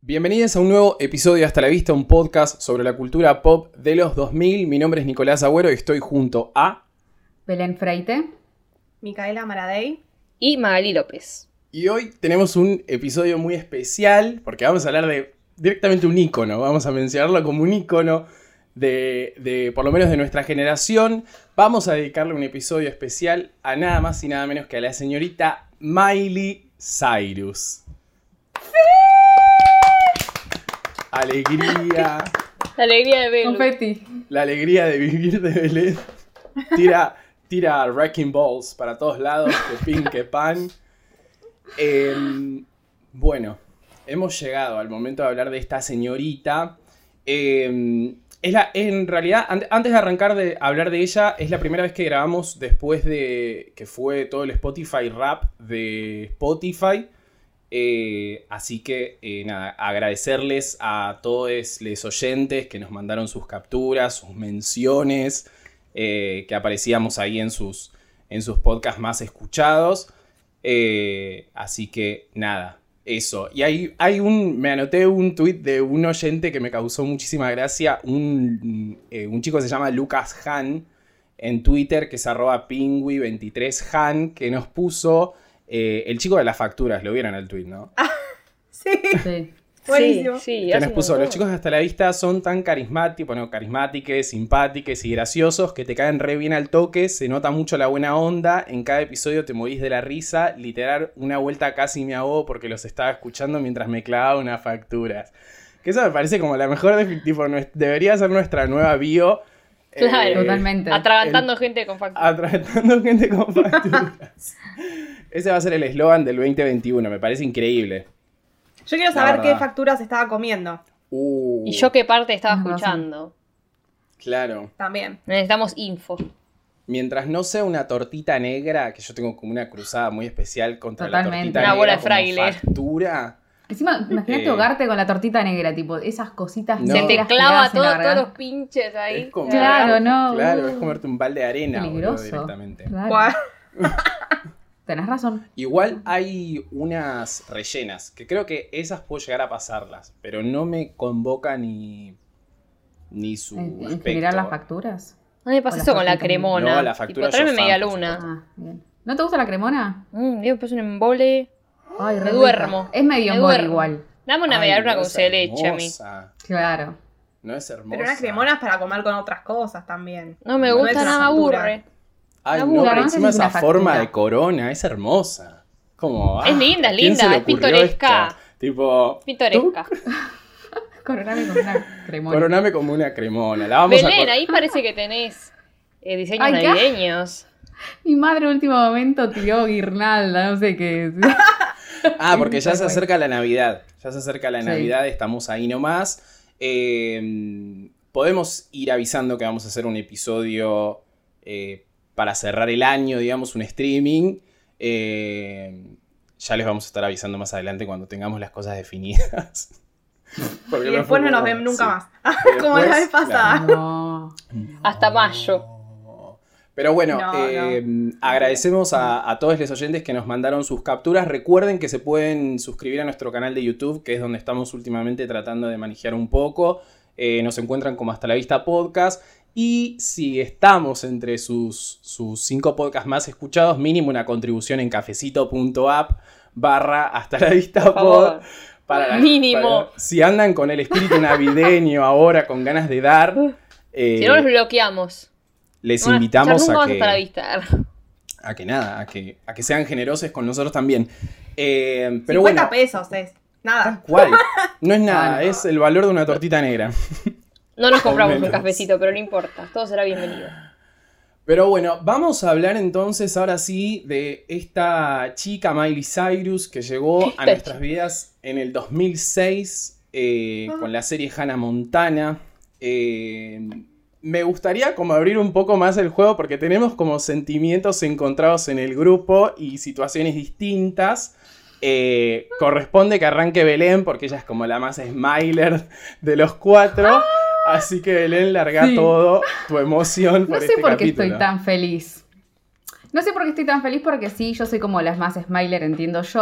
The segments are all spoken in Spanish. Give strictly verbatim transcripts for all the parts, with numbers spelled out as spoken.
Bienvenidos a un nuevo episodio de Hasta la Vista, un podcast sobre la cultura pop de los dos mil. Mi nombre es Nicolás Agüero y estoy junto a... Belén Freite, Micaela Maradei y Magali López. Y hoy tenemos un episodio muy especial porque vamos a hablar de directamente un ícono. Vamos a mencionarlo como un ícono de, de por lo menos de nuestra generación. Vamos a dedicarle un episodio especial a nada más y nada menos que a la señorita Miley Cyrus. Alegría. La alegría de Belén. confeti. La alegría de vivir de Belén. Tira, tira Wrecking Balls para todos lados, que pin, que pan. Eh, bueno, hemos llegado al momento de hablar de esta señorita. Eh, es la, en realidad, an- antes de arrancar de hablar de ella, es la primera vez que grabamos después de que fue todo el Spotify Rap de Spotify. Eh, así que, eh, nada, agradecerles a todos los oyentes que nos mandaron sus capturas, sus menciones, eh, que aparecíamos ahí en sus, en sus podcasts más escuchados. Eh, así que, nada, eso. Y hay, hay un, me anoté un tuit de un oyente que me causó muchísima gracia, un, eh, un chico que se llama Lucas Han en Twitter, que es arroba pingui veintitrés Han, que nos puso... Eh, el chico de las facturas, lo vieron el tweet, ¿no? Sí, Sí. buenísimo. Sí, sí, Que hace nos un puso, montón. los chicos de Hasta la Vista son tan carismáticos, bueno, carismáticos, simpáticos y graciosos que te caen re bien al toque, se nota mucho la buena onda, en cada episodio te morís de la risa, literal, una vuelta casi me ahogo porque los estaba escuchando mientras me clavaba unas facturas. Que eso me parece como la mejor, de, tipo, nues- debería ser nuestra nueva bio. Claro. Totalmente. Atragantando gente con factura. Atragantando gente con facturas. Ese va a ser el eslogan del veinte veintiuno, me parece increíble. Yo quiero La saber verdad. qué facturas estaba comiendo Uh, Y yo qué parte estaba Tienes razón. escuchando. Claro. también. Necesitamos info. Mientras no sea una tortita negra, que yo tengo como una cruzada muy especial contra Totalmente. la tortita Una negra bola de como fraile. factura. Encima, imagínate Eh. ahogarte con la tortita negra, tipo, esas cositas No. Se te negras clava pegadas en todo, la todos garganta. los pinches ahí. Es como- Claro, no. Claro, uh, es comerte un balde de arena, boludo, peligroso. directamente. Claro. Guau. Tenés razón. Igual hay unas rellenas, que creo que esas puedo llegar a pasarlas, pero no me convoca ni, ni su En, en aspecto. general las facturas. No me pasa O eso las con la tortitas. cremona. No, la factura Tipo, tráeme yo fan, media por luna. Ah, bien. ¿No te gusta la cremona? Mm, Dios, pues un embole. Ay, re Me rica. duermo. Es medio Me embole duermo. igual. Dame una Ay, media luna no con es dulce de leche a mí. hermosa, Claro. No es hermosa. Pero una cremona es para comer con otras cosas también. No me No gusta es una nada, me factura. aburre. Ay, La no, burra, pero no sé encima si es una esa forma factura. de corona es hermosa. Como, Es ah, linda, ¿a es quién se linda, le es ocurrió pintoresca. esto? Tipo, Pintoresca. Coroname con una cremona. coroname como una cremona. La vamos a Belén, cor- ahí parece que tenés eh, diseños Ay, ¿qué? navideños. Mi madre, último momento, tiró guirnalda, no sé qué. Ah, porque ya se Tal cual. acerca la Navidad. Ya se acerca la Sí. Navidad, estamos ahí nomás. Eh, podemos ir avisando que vamos a hacer un episodio eh, para cerrar el año, digamos, un streaming. Eh, ya les vamos a estar avisando más adelante cuando tengamos las cosas definidas. Porque Y después no nos fuimos- ven nunca sí. más. Y Como la después, vez pasada. No. Hasta mayo. Pero bueno, No, eh, agradecemos a, a todos los oyentes que nos mandaron sus capturas. Recuerden que se pueden suscribir a nuestro canal de YouTube, que es donde estamos últimamente tratando de manejar un poco. Eh, nos encuentran como Hasta la Vista Podcast. Y si estamos entre sus, sus cinco podcasts más escuchados, mínimo una contribución en cafecito punto app barra Hasta la Vista Por favor. Pod. Para la- Mínimo. para- si andan con el espíritu navideño ahora, con ganas de dar, eh, Si no los bloqueamos. les No van a escuchar invitamos nunca a más que... hasta la vista. A que nada, a que, a que sean generosos con nosotros también. Eh, pero cincuenta bueno, pesos es. Nada. tal cual. No es nada, Ah, no. es el valor de una tortita negra. No nos compramos menos. un cafecito, pero no importa. Todo será bienvenido. Pero bueno, vamos a hablar entonces ahora sí de esta chica Miley Cyrus que llegó a Esta nuestras chica. vidas en el dos mil seis eh, Ah. con la serie Hannah Montana. Eh, me gustaría como abrir un poco más el juego porque tenemos como sentimientos encontrados en el grupo y situaciones distintas. Eh, corresponde que arranque Belén porque ella es como la más smiler de los cuatro. Así que Belén, larga Sí. todo tu emoción por No sé este por qué capítulo. estoy tan feliz. No sé por qué estoy tan feliz porque sí, yo soy como las más smiler, entiendo yo.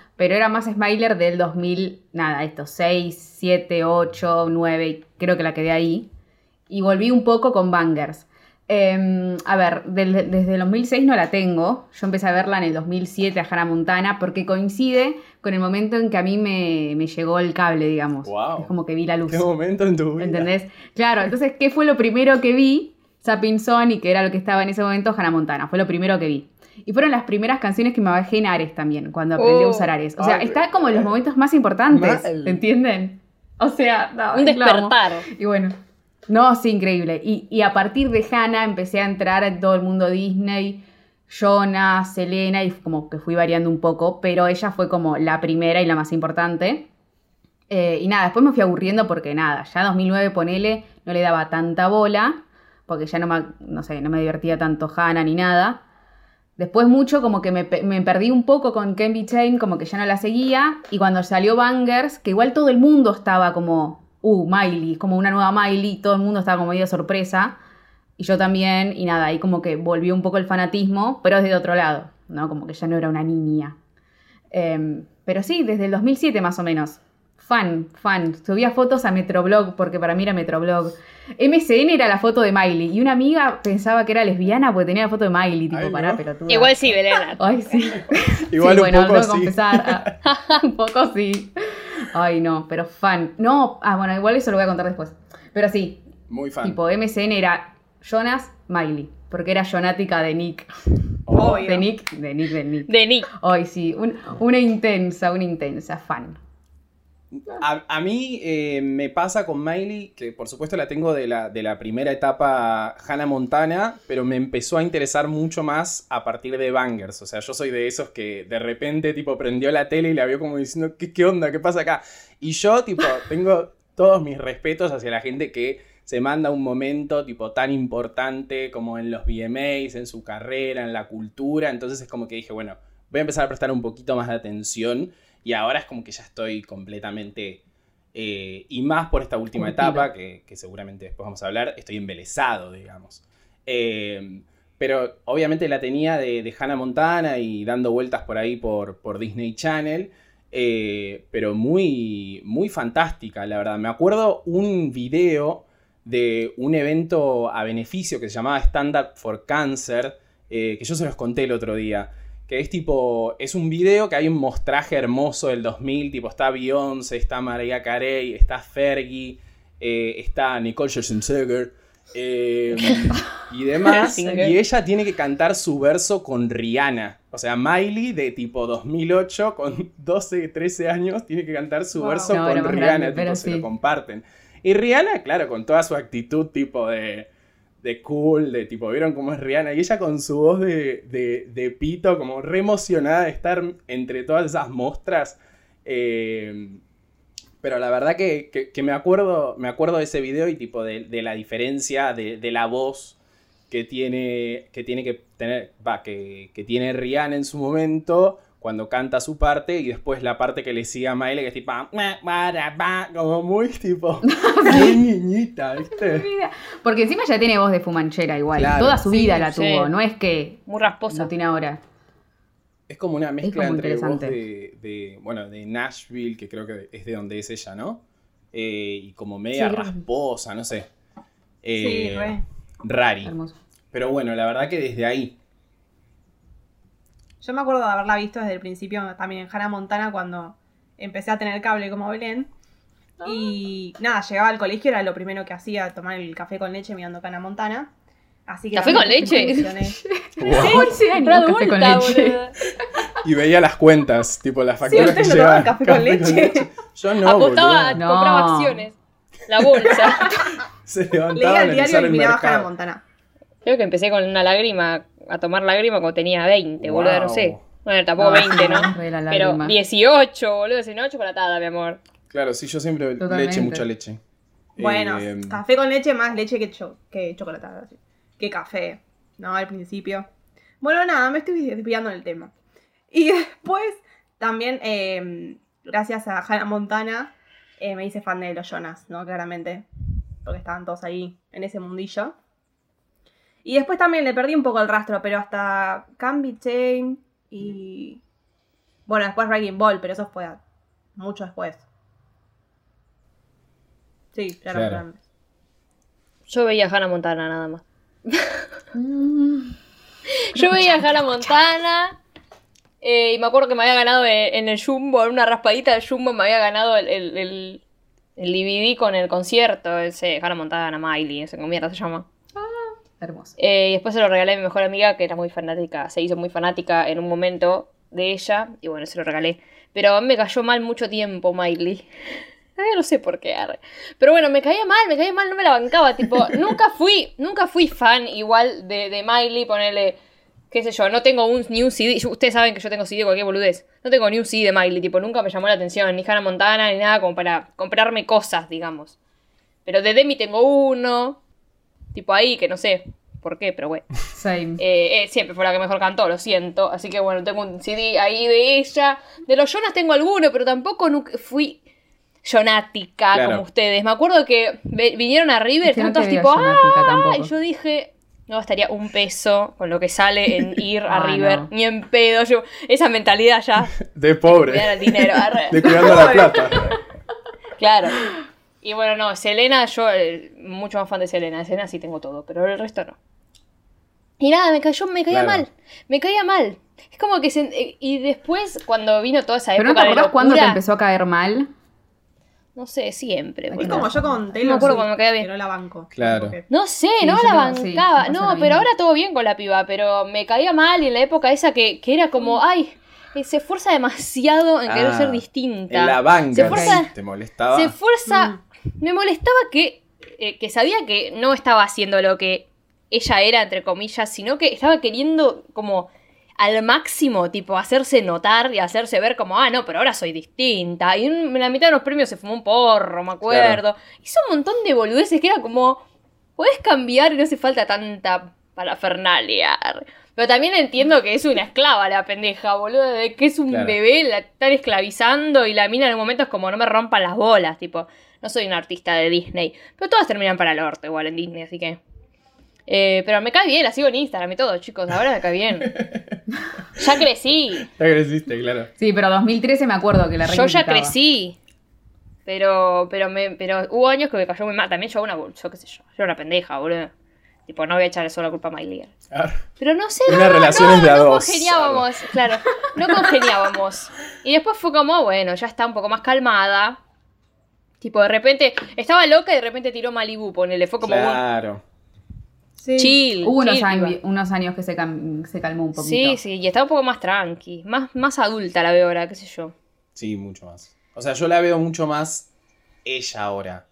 pero era más Smiler del dos mil, nada, estos seis, siete, ocho, nueve, creo que la quedé ahí. Y volví un poco con Bangers. Eh, a ver, del, desde el dos mil seis no la tengo. Yo empecé a verla en el dos mil siete a Hannah Montana porque coincide con el momento en que a mí me, me llegó el cable, digamos. Wow. Es como que vi la luz. ¿Qué momento en tu vida? ¿Entendés? Claro, entonces, ¿qué fue lo primero que vi? Zapping Zone, y que era lo que estaba en ese momento, Hannah Montana. Fue lo primero que vi. Y fueron las primeras canciones que me bajé en Ares también, cuando aprendí Oh. a usar Ares. O sea, Ay, está como en los momentos más importantes, mal. ¿entienden? O sea, no, Un la amo. despertar. Y bueno, no, sí, increíble. Y, y a partir de Hannah empecé a entrar en todo el mundo Disney, Jonas, Selena, y como que fui variando un poco, pero ella fue como la primera y la más importante. Eh, y nada, después me fui aburriendo porque nada, ya dos mil nueve, ponele, no le daba tanta bola, porque ya no me, no sé, no me divertía tanto Hannah ni nada. Después mucho como que me, pe- me perdí un poco con Candy Chain, como que ya no la seguía. Y cuando salió Bangers, que igual todo el mundo estaba como, uh, Miley, como una nueva Miley, todo el mundo estaba como medio sorpresa. Y yo también, y nada, ahí como que volvió un poco el fanatismo, pero desde otro lado, ¿no? Como que ya no era una niña. Eh, pero sí, desde el dos mil siete más o menos. Fan, fan. Subía fotos a Metroblog, porque para mí era Metroblog. M S N era la foto de Miley. Y una amiga pensaba que era lesbiana porque tenía la foto de Miley. Tipo, Ay, pará, no. pelotuda. Igual sí, Belén. Ay, sí. Igual Sí, un bueno, poco tengo que sí. confesar. Ah, un poco sí. Ay, no, pero fan. No, ah, bueno, igual eso lo voy a contar después. Pero sí, Muy fan. tipo, M S N era Jonas, Miley. Porque era jonática de Nick. Oh, Obvio. De Nick, de Nick, de Nick. De Nick. Ay, sí, un- una intensa, una intensa fan. A, a mí eh, me pasa con Miley, que por supuesto la tengo de la, de la primera etapa Hannah Montana, pero me empezó a interesar mucho más a partir de Bangers. O sea, yo soy de esos que de repente tipo prendió la tele y la vio como diciendo, ¿qué, qué onda? ¿Qué pasa acá? Y yo tipo tengo todos mis respetos hacia la gente que se manda un momento tipo tan importante como en los V M As, en su carrera, en la cultura. Entonces es como que dije, bueno, voy a empezar a prestar un poquito más de atención. Y ahora es como que ya estoy completamente, eh, y más por esta última Curtido. etapa, que, que seguramente después vamos a hablar, estoy embelesado, digamos. Eh, pero obviamente la tenía de, de Hannah Montana y dando vueltas por ahí por, por Disney Channel, eh, pero muy, muy fantástica, la verdad. Me acuerdo un video de un evento a beneficio que se llamaba Stand Up for Cancer, eh, que yo se los conté el otro día. Que es tipo, es un video que hay un mostraje hermoso del dos mil, tipo está Beyoncé, está Mariah Carey, está Fergie, eh, está Nicole Scherzinger, eh, y demás. Scherzinger. Y ella tiene que cantar su verso con Rihanna. O sea, Miley de tipo dos mil ocho, con doce, trece años, tiene que cantar su Wow. verso No, con era más Rihanna, grande, tipo, pero se sí. lo comparten. Y Rihanna, claro, con toda su actitud tipo de... de cool, de tipo, ¿vieron cómo es Rihanna? Y ella con su voz de, de, de pito, como re emocionada de estar entre todas esas mostras. Eh, pero la verdad que, que, que me acuerdo me acuerdo de ese video y tipo de, de la diferencia de, de la voz que tiene que tiene que tener, va, que, que tiene Rihanna en su momento cuando canta su parte y después la parte que le sigue a Miley que es tipo como muy tipo muy niñita, ¿viste? Porque encima ya tiene voz de fumanchera igual. Claro. Toda su Sí, vida la sí. tuvo. No es que Muy rasposa. lo tiene ahora. Es como una mezcla como entre voz interesante. de, de, bueno, de Nashville, que creo que es de donde es ella, ¿no? Eh, y como media Sí, creo que sí. rasposa, no sé. Sí, Eh, re. Rari. Hermoso. Pero bueno, la verdad que desde ahí. Yo me acuerdo de haberla visto desde el principio también en Hannah Montana cuando empecé a tener cable como Belén. Y nada, llegaba al colegio, era lo primero que hacía, tomar el café con leche mirando Hannah Montana. Así que ¿Café también con leche? funcioné. Wow. once años, Era café con adulta, leche. boluda. Y veía las cuentas, tipo las facturas ustedes que no tomaban llevaban. café con leche. Yo no, Apostaba, boludo. No. compraba acciones. La bolsa. Se Leía levantaba a el diario analizar y el miraba Hannah mercado. Montana. Creo que empecé con una lágrima, a tomar lágrima cuando tenía veinte, boludo, no Wow. sé. Bueno, tampoco No, veinte, sí, ¿no? re la Pero lágrima. dieciocho, boludo, si no, chocolatada, mi amor. Claro, sí, yo siempre Totalmente. leche, mucha leche. Bueno, Eh, café con leche, más leche que, cho que chocolatada. así. Que café, ¿no? Al principio. Bueno, nada, me estoy desviando del tema. Y después, también, eh, gracias a Hannah Montana, eh, me hice fan de los Jonas, ¿no? Claramente. Porque estaban todos ahí, en ese mundillo. Y después también le perdí un poco el rastro, pero hasta Candy Chain y... Bueno, después Wrecking Ball, pero eso fue mucho después. Sí, claro, Claro. claro. Yo veía a Hannah Montana nada más. Yo veía a Hannah Montana eh, y me acuerdo que me había ganado en, en el Jumbo, en una raspadita del Jumbo me había ganado el, el, el, el D V D con el concierto, ese Hannah Montana, Miley, ese como mierda se llama. Hermoso. Eh, y después se lo regalé a mi mejor amiga que era muy fanática, se hizo muy fanática en un momento de ella y bueno, se lo regalé. Pero a mí me cayó mal mucho tiempo Miley. Ay, no sé por qué. Arre. Pero bueno, me caía mal, me caía mal, no me la bancaba. Tipo, nunca fui, nunca fui fan igual de, de Miley, ponerle, qué sé yo, no tengo un, ni un C D. Ustedes saben que yo tengo C D de cualquier boludez. No tengo ni un C D de Miley, tipo, nunca me llamó la atención, ni Hannah Montana, ni nada como para comprarme cosas, digamos. Pero de Demi tengo uno, tipo ahí, que no sé por qué, pero bueno. Same. Eh, eh, siempre fue la que mejor cantó, lo siento. Así que bueno, tengo un C D ahí de ella. De los Jonas tengo alguno, pero tampoco nunca fui jonática Claro. como ustedes. Me acuerdo que ve- vinieron a River, Es que no estaban te todos veía tipo, jonática ¡ah! tampoco. Y yo dije, no gastaría un peso con lo que sale en ir a Ah, River, no. ni en pedo. Yo, esa mentalidad ya, De cuidar pobre. el dinero. arre. De cuidando la plata. Claro. Y bueno, no, Selena, yo eh, mucho más fan de Selena. De Selena sí tengo todo, pero el resto no. Y nada, me cayó, me caía Claro. mal. Me caía mal. Es como que se, eh, y después, cuando vino toda esa ¿Pero no época te de acordás cuándo te locura, empezó a caer mal? no sé, siempre. Es Es boludo. como yo con me Taylor acuerdo Swift, cuando me caía bien. que no la banco. Claro. Porque- No sé, Sí, no yo la tengo- sí, me bancaba. pasa no, lo pero mismo. ahora todo bien con la piba, pero me caía mal y en la época esa que, que era como, ay, eh, se esfuerza demasiado en querer Ah, ser distinta. En la Se banca, esfuerza, sí, ¿te molestaba? se esfuerza. Mm. Me molestaba que, eh, que sabía que no estaba haciendo lo que ella era, entre comillas, sino que estaba queriendo como al máximo, tipo, hacerse notar y hacerse ver como, ah, no, pero ahora soy distinta. Y en la mitad de los premios se fumó un porro, me acuerdo. Hizo un montón de boludeces que era como, podés cambiar y no hace falta tanta parafernalia. Pero también entiendo que es una esclava la pendeja, boludo, de que es un Claro. bebé, la están esclavizando y la mina en un momento es como, no me rompan las bolas, tipo, no soy una artista de Disney. Pero todas terminan para el orto igual en Disney, así que... Eh, pero me cae bien, la sigo en Instagram y todo, chicos, ahora me cae bien. Ya crecí, Ya creciste, claro. Sí, pero dos mil trece me acuerdo que la yo ya recriticaba. crecí. Pero, pero, me, pero hubo años que me cayó muy mal. También yo una, yo qué sé yo, yo era una pendeja, boludo. Tipo, no voy a echarle solo la culpa a Miley. Ah, Pero no sé, Unas no, relaciones no, de a no dos. congeniábamos, claro, no congeniábamos. Y después fue como, bueno, ya está un poco más calmada. Tipo, de repente, estaba loca y de repente tiró Malibu, ponele, fue como claro. Sí. un chill. Hubo unos, chill, años, piba. unos años que se, cam- se calmó un poquito. Sí, sí, y está un poco más tranqui, más, más adulta la veo ahora, qué sé yo. Sí, mucho más. O sea, yo la veo mucho más ella ahora.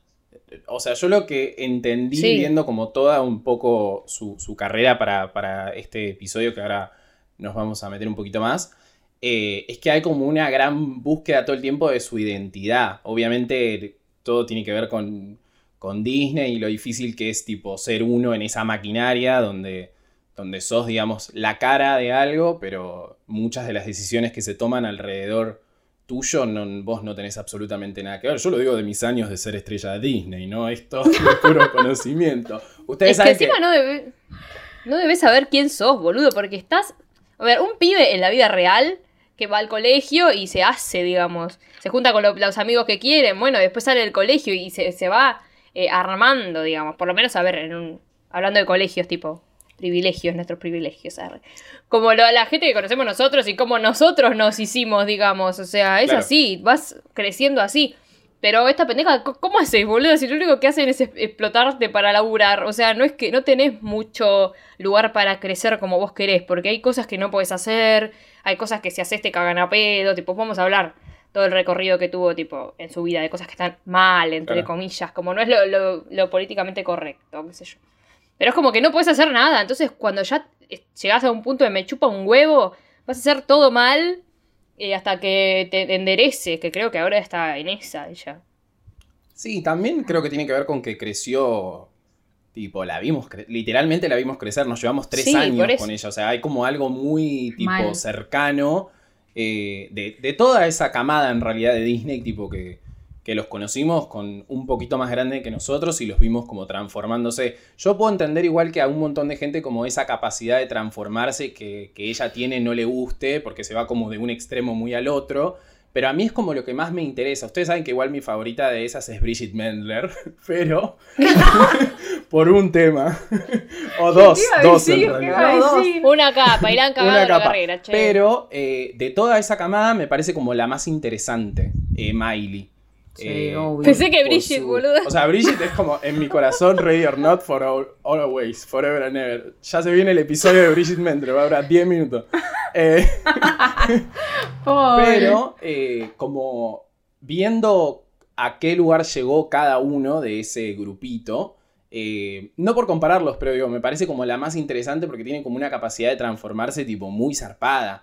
O sea, yo lo que entendí Sí. viendo como toda un poco su, su carrera para, para este episodio, que ahora nos vamos a meter un poquito más, eh, es que hay como una gran búsqueda todo el tiempo de su identidad. Obviamente todo tiene que ver con, con Disney y lo difícil que es tipo ser uno en esa maquinaria donde, donde sos, digamos, la cara de algo, pero muchas de las decisiones que se toman alrededor tuyo, no, vos no tenés absolutamente nada que ver. Yo lo digo de mis años de ser estrella de Disney, ¿no? Esto es puro conocimiento. Ustedes Es que saben encima que... no, debe- no debes saber quién sos, boludo, porque estás... A ver, un pibe en la vida real que va al colegio y se hace, digamos. Se junta con lo- los amigos que quieren, bueno, después sale del colegio y se, se va eh, armando, digamos. Por lo menos, a ver, en un, hablando de colegios, tipo, privilegios, nuestros privilegios. arre. Como lo- la gente que conocemos nosotros y como nosotros nos hicimos, digamos. O sea, es Claro. así, vas creciendo así. Pero esta pendeja, c- ¿cómo haces, boludo? Si lo único que hacen es es- explotarte para laburar. O sea, no es que no tenés mucho lugar para crecer como vos querés. Porque hay cosas que no podés hacer. Hay cosas que si haces te cagan a pedo. Tipo, vamos a hablar todo el recorrido que tuvo, tipo, en su vida. De cosas que están mal, entre Claro. comillas. Como no es lo, lo- lo políticamente correcto, qué sé yo. Pero es como que no podés hacer nada. Entonces, cuando ya eh, llegás a un punto de me chupa un huevo, vas a hacer todo mal eh, hasta que te enderece. Que creo que ahora está en esa ella. Sí, también creo que tiene que ver con que creció, tipo, la vimos, cre- literalmente la vimos crecer, nos llevamos tres Sí, por años eso. con ella, o sea, hay como algo muy, tipo, Mal. cercano eh, de, de toda esa camada, en realidad, de Disney, tipo, que, que los conocimos con un poquito más grande que nosotros y los vimos como transformándose. Yo puedo entender igual que a un montón de gente como esa capacidad de transformarse que, que ella tiene no le guste porque se va como de un extremo muy al otro, pero a mí es como lo que más me interesa. Ustedes saben que igual mi favorita de esas es Bridget Mendler, pero por un tema, o dos, dos en realidad. Una capa, irán cagando la carrera, che. Pero eh, de toda esa camada me parece como la más interesante, eh, Miley. Sí, Eh, obvio. Pensé que por Bridget, su- boludo. O sea, Bridget es como en mi corazón, ready or not, for all- always, forever and ever. Ya se viene el episodio de Bridget Mendler, va a durar diez minutos. Eh, Pobre. pero, eh, como viendo a qué lugar llegó cada uno de ese grupito, eh, no por compararlos, pero digo, me parece como la más interesante porque tiene como una capacidad de transformarse tipo muy zarpada.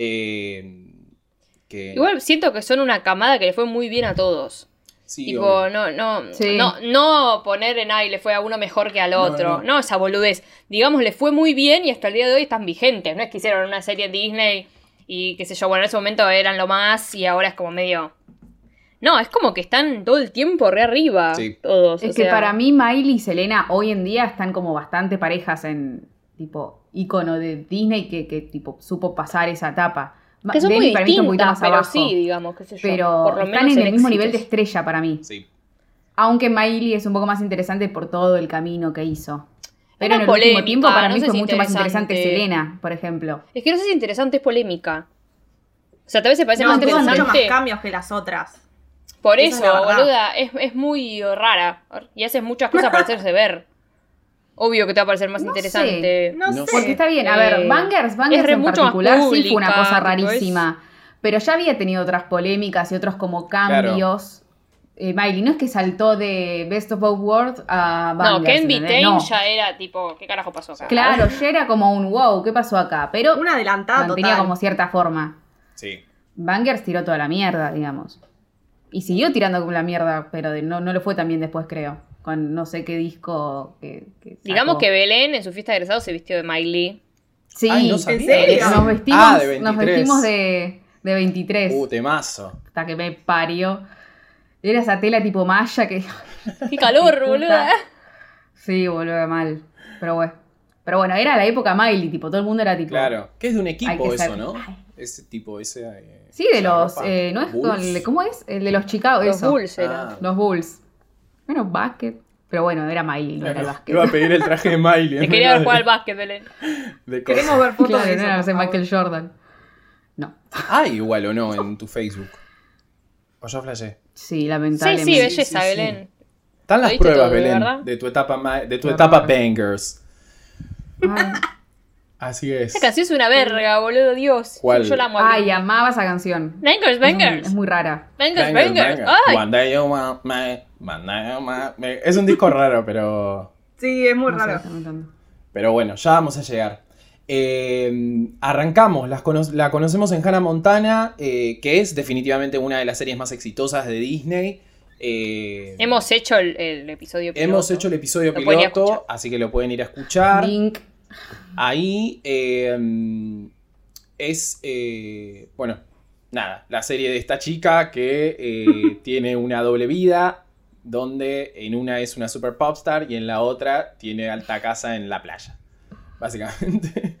Eh, que, Igual siento que son una camada que le fue muy bien a todos. sí, Tipo, obvio. no, no, Sí. no, no poner en ahí le fue a uno mejor que al No, otro. no, No, no. esa boludez. Digamos, le fue muy bien y hasta el día de hoy están vigentes. No es que hicieron una serie en Disney y qué sé yo, bueno, en ese momento eran lo más y ahora es como medio... No, es como que están todo el tiempo re arriba. Sí. Todos. Es o que sea, para mí Miley y Selena hoy en día están como bastante parejas en tipo ícono de Disney que, que tipo supo pasar esa etapa. Ma- Que son Demi muy para mí está un poquito distintas, más pero abajo. sí, digamos, qué sé yo. Pero por lo están menos en el mismo nivel de éxitos. estrella para mí. Sí. Aunque Miley es un poco más interesante por todo el camino que hizo. Pero Era en el polémica, último tiempo para no mí sé fue si mucho más interesante interesante. Selena, por ejemplo. Es que no sé si interesante es polémica. O sea, tal vez se parece No, más tuvo mucho más interesante. cambios que las otras. Por Esa eso, es la verdad. boluda, es, es muy rara. Y haces muchas cosas para hacerse ver. Obvio que te va a parecer más No interesante. No, No sé. Porque está bien, a Eh, ver, Bangers, es Bangers re en mucho más particular sí fue una pública, cosa tipo, rarísima. Pero ya había tenido otras polémicas y otros como cambios. Eh, Miley no es que saltó de Best of Both Worlds a Bangers. No, Ken ¿entendés? Bitane No. ya era tipo, ¿qué carajo pasó acá? Claro, ya era como un wow, ¿qué pasó acá? Pero Una adelantada mantenía total. como cierta forma. Sí. Bangers tiró toda la mierda, digamos. Y siguió tirando como la mierda, pero de- no, no le fue tan bien después, creo. Con no sé qué disco que, que sacó. Digamos que Belén en su fiesta de egresado se vistió de Miley. Sí, Ay, no ¿en sabía serio? eso. nos vestimos, Ah, de veintitrés. nos vestimos de, de veintitrés. Uh, temazo. Hasta que me parió. Era esa tela tipo malla que... ¡Qué calor, Puta. boluda! Sí, boludo, mal. Pero bueno. Pero bueno, era la época Miley, tipo, todo el mundo era tipo... Claro. Que es de un Hay equipo que eso, ser- ¿no? Ay. Ese tipo, ese... eh, Sí, de esa los... ropa. eh, ¿no es Bulls. con el- ¿Cómo es? El de los Chicago, Los eso. Bulls eran. Ah. Los Bulls. Bueno, básquet. Pero bueno, era Miley, no era el básquet. Iba a pedir el traje de Miley. Te en quería vez ver jugar al de- básquet, Belén. de cosas. Queremos ver fotos Claro, de no eso. era, no por sé, favor. Michael Jordan. No. Hay igual o no en tu Facebook. O yo flashé. Sí, Sí, lamentablemente. sí, Sí, belleza, sí, sí. Belén. Están Lo las diste pruebas, todo, ¿de Belén, verdad? de tu etapa ma- de tu Qué etapa horror. bangers. Ay, Así es. Esta canción es una verga, boludo, Dios. ¿Cuál? Yo la amo. a Ay, Britney. amaba esa canción. Bangers, Es muy- bangers. Es muy rara. Bangers, Bangers, bangers. bangers. Ay, One day you want me, one day you want me. Es un disco raro, pero. Sí, es muy No sé, raro. está contando. Pero bueno, ya vamos a llegar. Eh, arrancamos, las cono- la conocemos en Hannah Montana, eh, que es definitivamente una de las series más exitosas de Disney. Eh, hemos hecho el, el episodio piloto. hemos hecho el episodio Lo pueden ir a piloto, escuchar. así que lo pueden ir a escuchar. Link. Ahí eh, es, eh, bueno, nada, la serie de esta chica que eh, tiene una doble vida, donde en una es una super popstar y en la otra tiene alta casa en la playa, básicamente.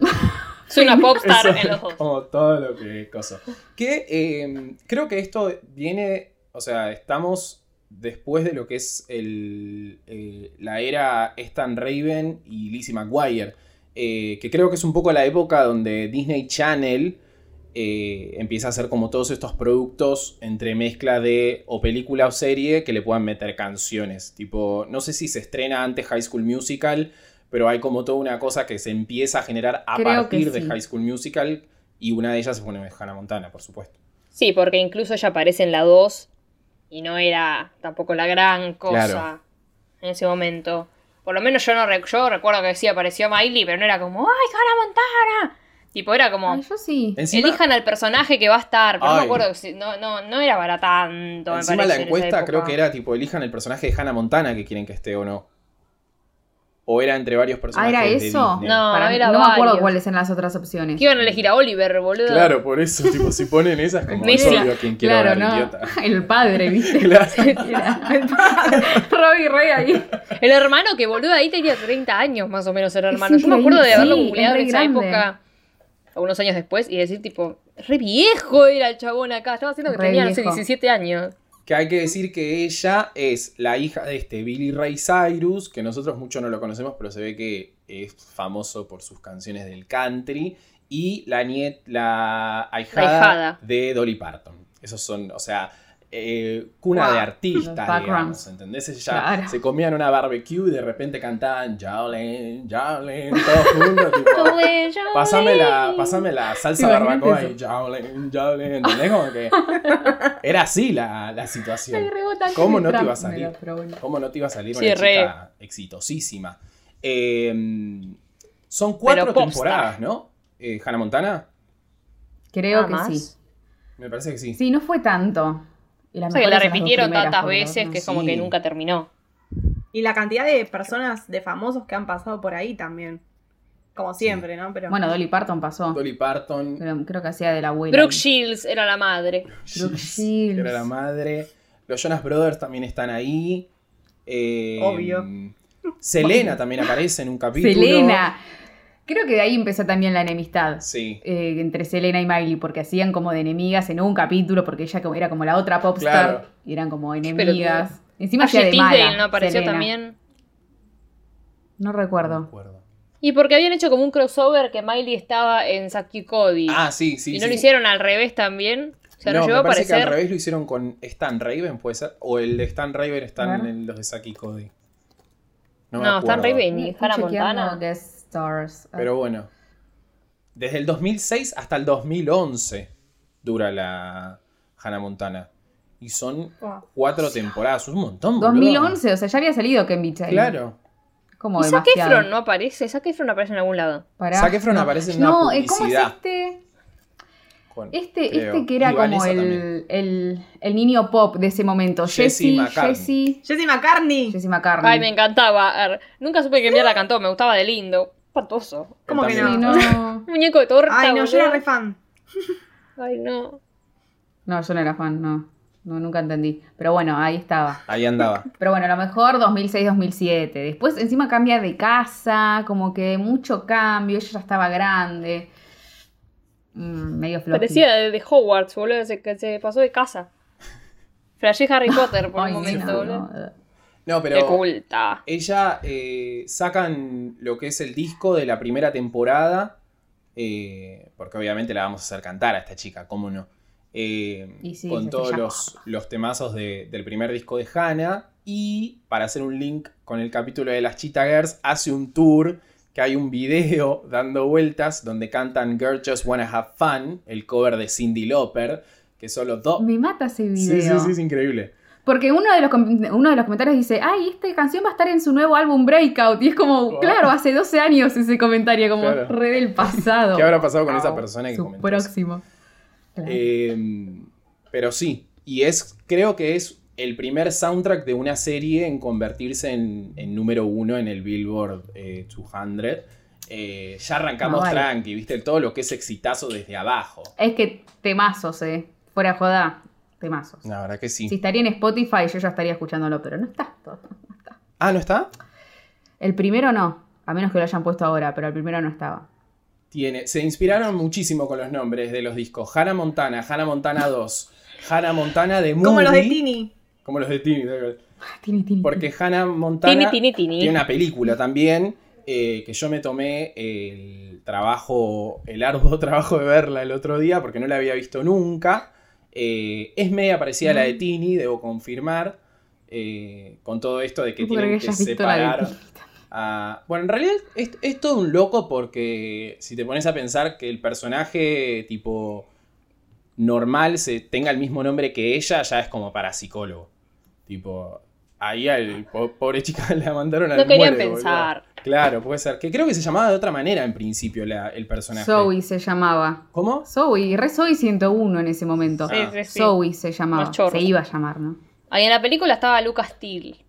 Es una popstar Eso en los es dos. como todo lo que cosa. Que eh, creo que esto viene, o sea, estamos después de lo que es el, eh, la era Stan Raven y Lizzie McGuire, eh, que creo que es un poco la época donde Disney Channel eh, empieza a hacer como todos estos productos entre mezcla de o película o serie que le puedan meter canciones. Tipo, no sé si se estrena antes High School Musical, pero hay como toda una cosa que se empieza a generar a Creo que partir de sí. High School Musical y una de ellas se pone Hannah Montana, por supuesto. Sí, porque incluso ella aparece en la dos y no era tampoco la gran cosa Claro. en ese momento. Por lo menos yo no rec- yo recuerdo que sí apareció Miley, pero no era como ¡ay, Hannah Montana! Tipo, era como Ay, yo sí. Encima, elijan al personaje que va a estar, pero no Ay. me acuerdo si no, no, no era para tanto, me encima parece. la en esa encuesta creo época. que era tipo elijan el personaje de Hannah Montana que quieren que esté o no. o era entre varios Ah, personajes ¿era de eso? Disney. No, Para- era no me acuerdo varios. cuáles eran las otras opciones. Que iban a elegir a Oliver, boludo. Claro, por eso, tipo, si ponen esas, como Messi. yo a quien quiero Claro, ver, ¿no? idiota. El padre, ¿viste? Claro. Robbie Rey ahí. El hermano que, boludo, ahí tenía treinta años más o menos el hermano. Es Yo me acuerdo de increíble, haberlo sí, googleado es en re esa grande. época, algunos años después, y decir, tipo, re viejo era el chabón acá. Estaba haciendo que Re tenía, no sé, viejo. diecisiete años. Que hay que decir que ella es la hija de este Billy Ray Cyrus, que nosotros mucho no lo conocemos, pero se ve que es famoso por sus canciones del country, y la niet, la ahijada, La ahijada. de Dolly Parton. Esos son, o sea, eh, cuna Wow. de Los artistas, backgrounds. digamos, ¿entendés? Ella Claro. se comían una barbecue y de repente cantaban Jolene, Jolene, todos juntos, tipo... Pásame la, pásame la salsa Imagínate barbacoa eso. y Jolene, Jolene, ¿entendés? Como que era así la, la situación. Ay, rebotan ¿Cómo con no el te iba a trap, salir? mira, pero bueno. ¿Cómo no te iba a salir Sí, una re. chica exitosísima? Eh, son cuatro Pero popstar. temporadas, ¿no? Eh, Hannah Montana, Creo ¿Nada que más? sí. me parece que sí. Sí, no fue tanto. Y las O sea, que la mejores son las dos repitieron primeras, tantas porque veces no- que es como Sí. que nunca terminó. Y la cantidad de personas, de famosos que han pasado por ahí también. Como siempre, ¿no? Pero Bueno, Dolly Parton pasó. Dolly Parton, Pero creo que hacía de la abuela. Brooke Shields era la madre. Brooke que Shields. era la madre. Los Jonas Brothers también están ahí. Eh, Obvio. Selena también aparece en un capítulo. Selena. Creo que de ahí empezó también la enemistad. Sí. eh, entre Selena y Miley, porque hacían como de enemigas en un capítulo, porque ella como- era como la otra popstar, Claro. y eran como pelotudo. enemigas. Encima hacía Ashley de mala. Tisdale no apareció Selena. también. No No me recuerdo. acuerdo. Y porque habían hecho como un crossover que Miley estaba en Zack y Cody. Ah, sí, sí. y no sí. lo hicieron al revés también. O sea, no, no, llegó a me parece que al aparecer. revés lo hicieron con Stan Raven, ¿puede ser? O el de Stan Raven están Claro. en los de Saki Cody. No, me No, Stan acuerdo. Raven y Estoy Hannah chequeando Montana. guest stars. Ah, Pero bueno. Desde el dos mil seis hasta el dos mil once dura la Hannah Montana. Y son Wow. cuatro temporadas, un montón, boludo. dos mil once, o sea, ya había salido Ken Beach ahí. Claro. Como ¿Y Zac demasiado. Efron no aparece? Zac Efron aparece en algún lado. Pará. Zac Efron No. aparece en una No, eh, ¿cómo es publicidad. este? Con- Este, creo. este que era Y como Vanessa el, también. el, el niño pop de ese momento. Jesse Jesse, McCartney. Jesse, Jesse McCartney. Jesse McCartney. Ay, me encantaba. Ar- Nunca supe qué mierda cantó, me gustaba de lindo. Espantoso. ¿Cómo Él que también. no? Sí, no. Un muñeco de torta. Ay, no, yo boludo. era re fan. Ay, no. No, yo no era fan, no. No, nunca entendí. Pero bueno, ahí estaba. Ahí andaba. Pero bueno, a lo mejor dos mil seis dos mil siete. Después encima cambia de casa, como que mucho cambio, ella ya estaba grande. Mm, medio flojo. Parecía de, de Hogwarts, boludo, se, que se pasó de casa. Flashé Harry Potter por Ay, un momento, no, boludo. no. No, Qué pero culta. ella eh, sacan lo que es el disco de la primera temporada. eh, porque obviamente la vamos a hacer cantar a esta chica, ¿cómo no? Eh, Y sí, con se todos llama. los, los temazos de- del primer disco de Hannah. Y para hacer un link con el capítulo de las Cheetah Girls, hace un tour que hay un video dando vueltas donde cantan Girls Just Wanna Have Fun, el cover de Cyndi Lauper, que son los dos. Me mata ese Sí, video. sí, sí, es increíble. Porque uno de, los, com- uno de los comentarios dice, ay, esta canción va a estar en su nuevo álbum Breakout. Y es como, Oh. claro, hace doce años ese comentario, como Claro. re del pasado. ¿Qué habrá pasado con esa Wow, persona que su comentó eso? próximo. Claro. Eh, pero sí, y es, creo que es el primer soundtrack de una serie en convertirse en, en número uno en el Billboard eh, doscientos. Eh, ya arrancamos Ah, vale. tranqui, viste, todo lo que es exitazo desde abajo. Es que temazos, eh. Fuera joda, temazos. La verdad que sí. Si estaría en Spotify, yo ya estaría escuchándolo, pero no está. todo- no está. Ah, ¿no está? El primero no, a menos que lo hayan puesto ahora, pero el primero no estaba. Tiene, se inspiraron muchísimo con los nombres de los discos. Hannah Montana, Hannah Montana dos, Hannah Montana de Movie. Como los de Tini. Como los de Tini. tal cual. Tini, tini, Porque Hannah Montana Tini, tini, tini. tiene una película también, eh, que yo me tomé el trabajo, el arduo trabajo de verla el otro día, porque no la había visto nunca. Eh, es media parecida a la de Tini, debo confirmar, eh, con todo esto de que No puedo tienen creer que hayas visto la de separar... Tini. a- Bueno, en realidad es, es todo un loco porque si te pones a pensar que el personaje tipo normal se tenga el mismo nombre que ella, ya es como para psicólogo. Tipo, ahí al po- pobre chica la mandaron al No querían muere, pensar. boludo. Claro, puede ser. Que creo que se llamaba de otra manera en principio la- el personaje. Zoe se llamaba. ¿Cómo? Zoe, re Zoe ciento uno en ese momento. Sí, Ah. sí, sí. Zoe se llamaba. Más chorro. Se iba a llamar, ¿no? Ahí en la película estaba Lucas Till.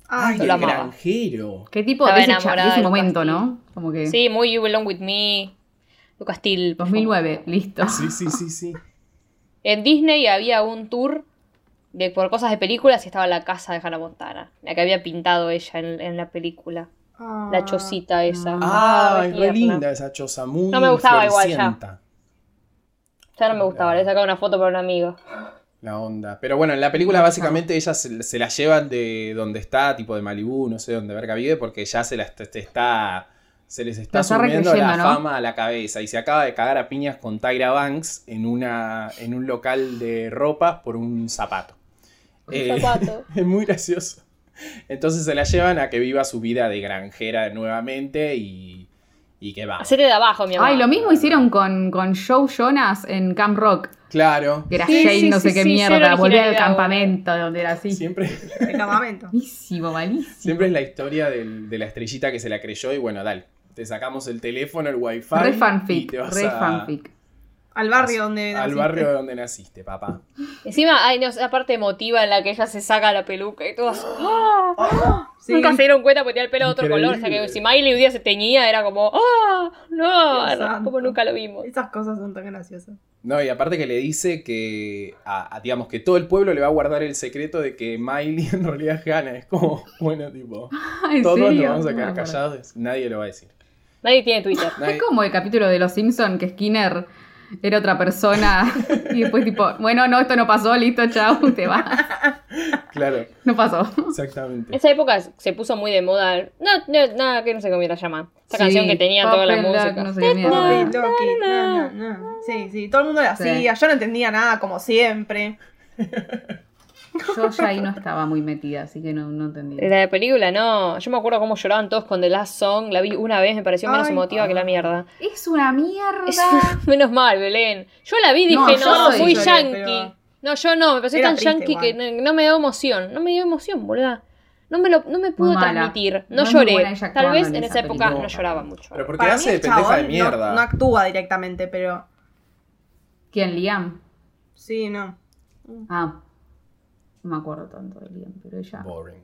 Ay, Ay, el lo amaba. granjero. Qué tipo Estaba de ese, cha- enamorada de ese de momento, Lucas ¿no? Como que Sí, muy You Belong With Me. Lucas Till. por dos mil nueve, listo. Sí, sí, sí, sí. En Disney había un tour de por cosas de películas y estaba la casa de Hannah Montana, la que había pintado ella en, en la película. Ah. La chocita esa. Ah, re es re tierna. linda esa choza, muy No me gustaba igual ya. florecienta. Ya no me gustaba, le he sacado una foto para un amigo. La onda. Pero bueno, en la película básicamente ellas se, se la llevan de donde está, tipo de Malibú, no sé dónde verga vive, porque ya se, la, est- está, se les está La está subiendo la recreyendo, ¿no? fama a la cabeza. Y se acaba de cagar a piñas con Tyra Banks en, una, en un local de ropa por un zapato. Eh, Zapato. es muy gracioso. Entonces se la llevan a que viva su vida de granjera nuevamente y, y que va. Hacete de abajo, mi amor. Ay, lo mismo hicieron con, con Joe Jonas en Camp Rock. Claro. Que era Sí, Jane, sí, no sé sí, qué sí, mierda. cero Volver al originalidad, campamento donde era así. Siempre, El campamento. Malísimo, malísimo. siempre es la historia del- de la estrellita que se la creyó y bueno, dale. Te sacamos el teléfono, el wifi. Re y fanfic, te vas re a- fanfic. Al barrio donde Al naciste. barrio donde naciste, papá. Encima hay no, esa parte emotiva en la que ella se saca la peluca y todos. ¡Ah! Sí. Nunca se dieron cuenta porque tenía el pelo de otro Increíble. color. O sea que si Miley un día se teñía, era como. ¡Ah! ¡No! Dios santo. Como nunca lo vimos. Esas cosas son tan graciosas. No, y aparte que le dice que, a, a, digamos, que todo el pueblo le va a guardar el secreto de que Miley en realidad es Hannah. Es como, bueno, tipo, ¿En todos nos serio? vamos a No me quedar acuerdo. callados, nadie lo va a decir. Nadie tiene Twitter. Nadie- Es como el capítulo de Los Simpsons que Skinner era otra persona y después tipo, bueno, no, esto no pasó, listo, chao, te vas. Claro, No pasó. exactamente. Esa época se puso muy de moda. No, no, nada, que no sé cómo era llama. Esa Sí, canción que tenía toda la Pop and Lock, música. no sé qué mierda. Loki, Loki, no, no, no. Sí, sí, todo el mundo la Sí. hacía. Yo no entendía nada, como siempre. Yo ya ahí no estaba muy metida, así que no, no entendí. La de película, no. Yo me acuerdo cómo lloraban todos con The Last Song. La vi una vez, me pareció menos Ay. emotiva que la mierda. Es una mierda. Es- menos mal, Belén. Yo la vi y dije, No, no, yo soy- muy lloré, yankee. pero- No, yo no, me pareció Era tan triste yankee que igual. no, no me dio emoción. No me dio emoción, boluda. No me, lo, no me pudo Muy mala. transmitir. No, No es muy lloré. buena ella Tal actuando vez en en esa esa época película. no lloraba mucho. Pero porque Para hace mí de el pendeja de chabón mierda. No, no actúa directamente, pero ¿Quién, Liam? sí, no. Ah, no me acuerdo tanto de Liam, pero ella... Boring.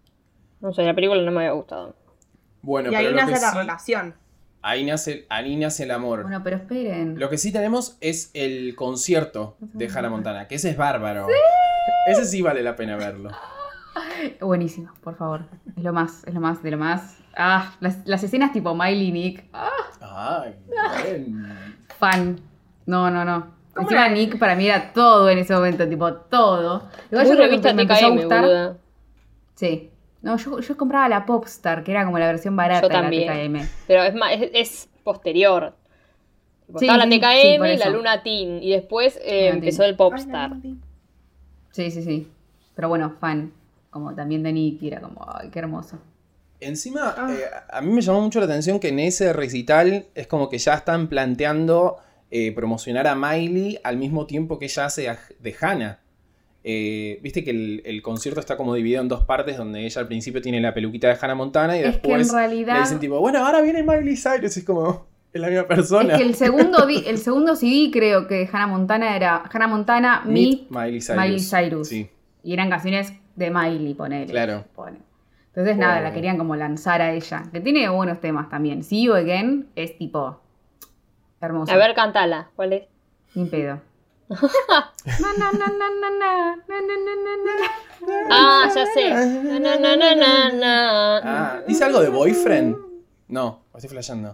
No sé, la película no me había gustado. Bueno, Y ahí pero lo que nace la sí- relación. ahí nace, ahí nace el amor. Bueno, pero esperen. Lo que sí tenemos es el concierto de Hannah Montana, que ese es bárbaro. Ese sí vale la pena verlo. Buenísimo, por favor. Es lo más, es lo más, de lo más. Ah, las, las escenas tipo Miley y Nick. Ah, Ay, bien. fan. No, no, no. ¿Cómo Encima era? Nick para mí era todo en ese momento, tipo todo. Igual Muy yo creo que revista me empezó a T K M, gustar. boluda. Sí. No, yo, yo compraba la Popstar, que era como la versión barata Yo de la también. T K M. Pero es, más, es, es posterior. Tipo, Sí, estaba sí, la T K sí, M por y la eso. Luna Teen. Y después eh, Luna empezó Teen. el Popstar. Ay, Sí, sí, sí. Pero bueno, fan. Como también de Nick, y era como, ay, qué hermoso. Encima, Ah. eh, a mí me llamó mucho la atención que en ese recital es como que ya están planteando eh, promocionar a Miley al mismo tiempo que ella hace a- de Hannah. Eh, Viste que el, el concierto está como dividido en dos partes, donde ella al principio tiene la peluquita de Hannah Montana y Es que después en realidad- le dicen tipo, bueno, ahora viene Miley Cyrus, y es como, es la misma persona. Es que el segundo, di- el segundo C D creo que de Hannah Montana era Hannah Montana, Meet Meet Miley Cyrus. Miley Cyrus. Sí, Y eran canciones de Miley, ponele. Claro. Pone. Entonces, nada, Bueno. la querían como lanzar a ella. Que tiene buenos temas también. See You Again es tipo hermoso. A ver, cantala. ¿Cuál es? Sin pedo. Na, na, na, na, na, na, na, na, na, na, na. Ah, ya sé. Na, na, na, na, na, na. Ah, ¿dice algo de Boyfriend? No, estoy flasheando.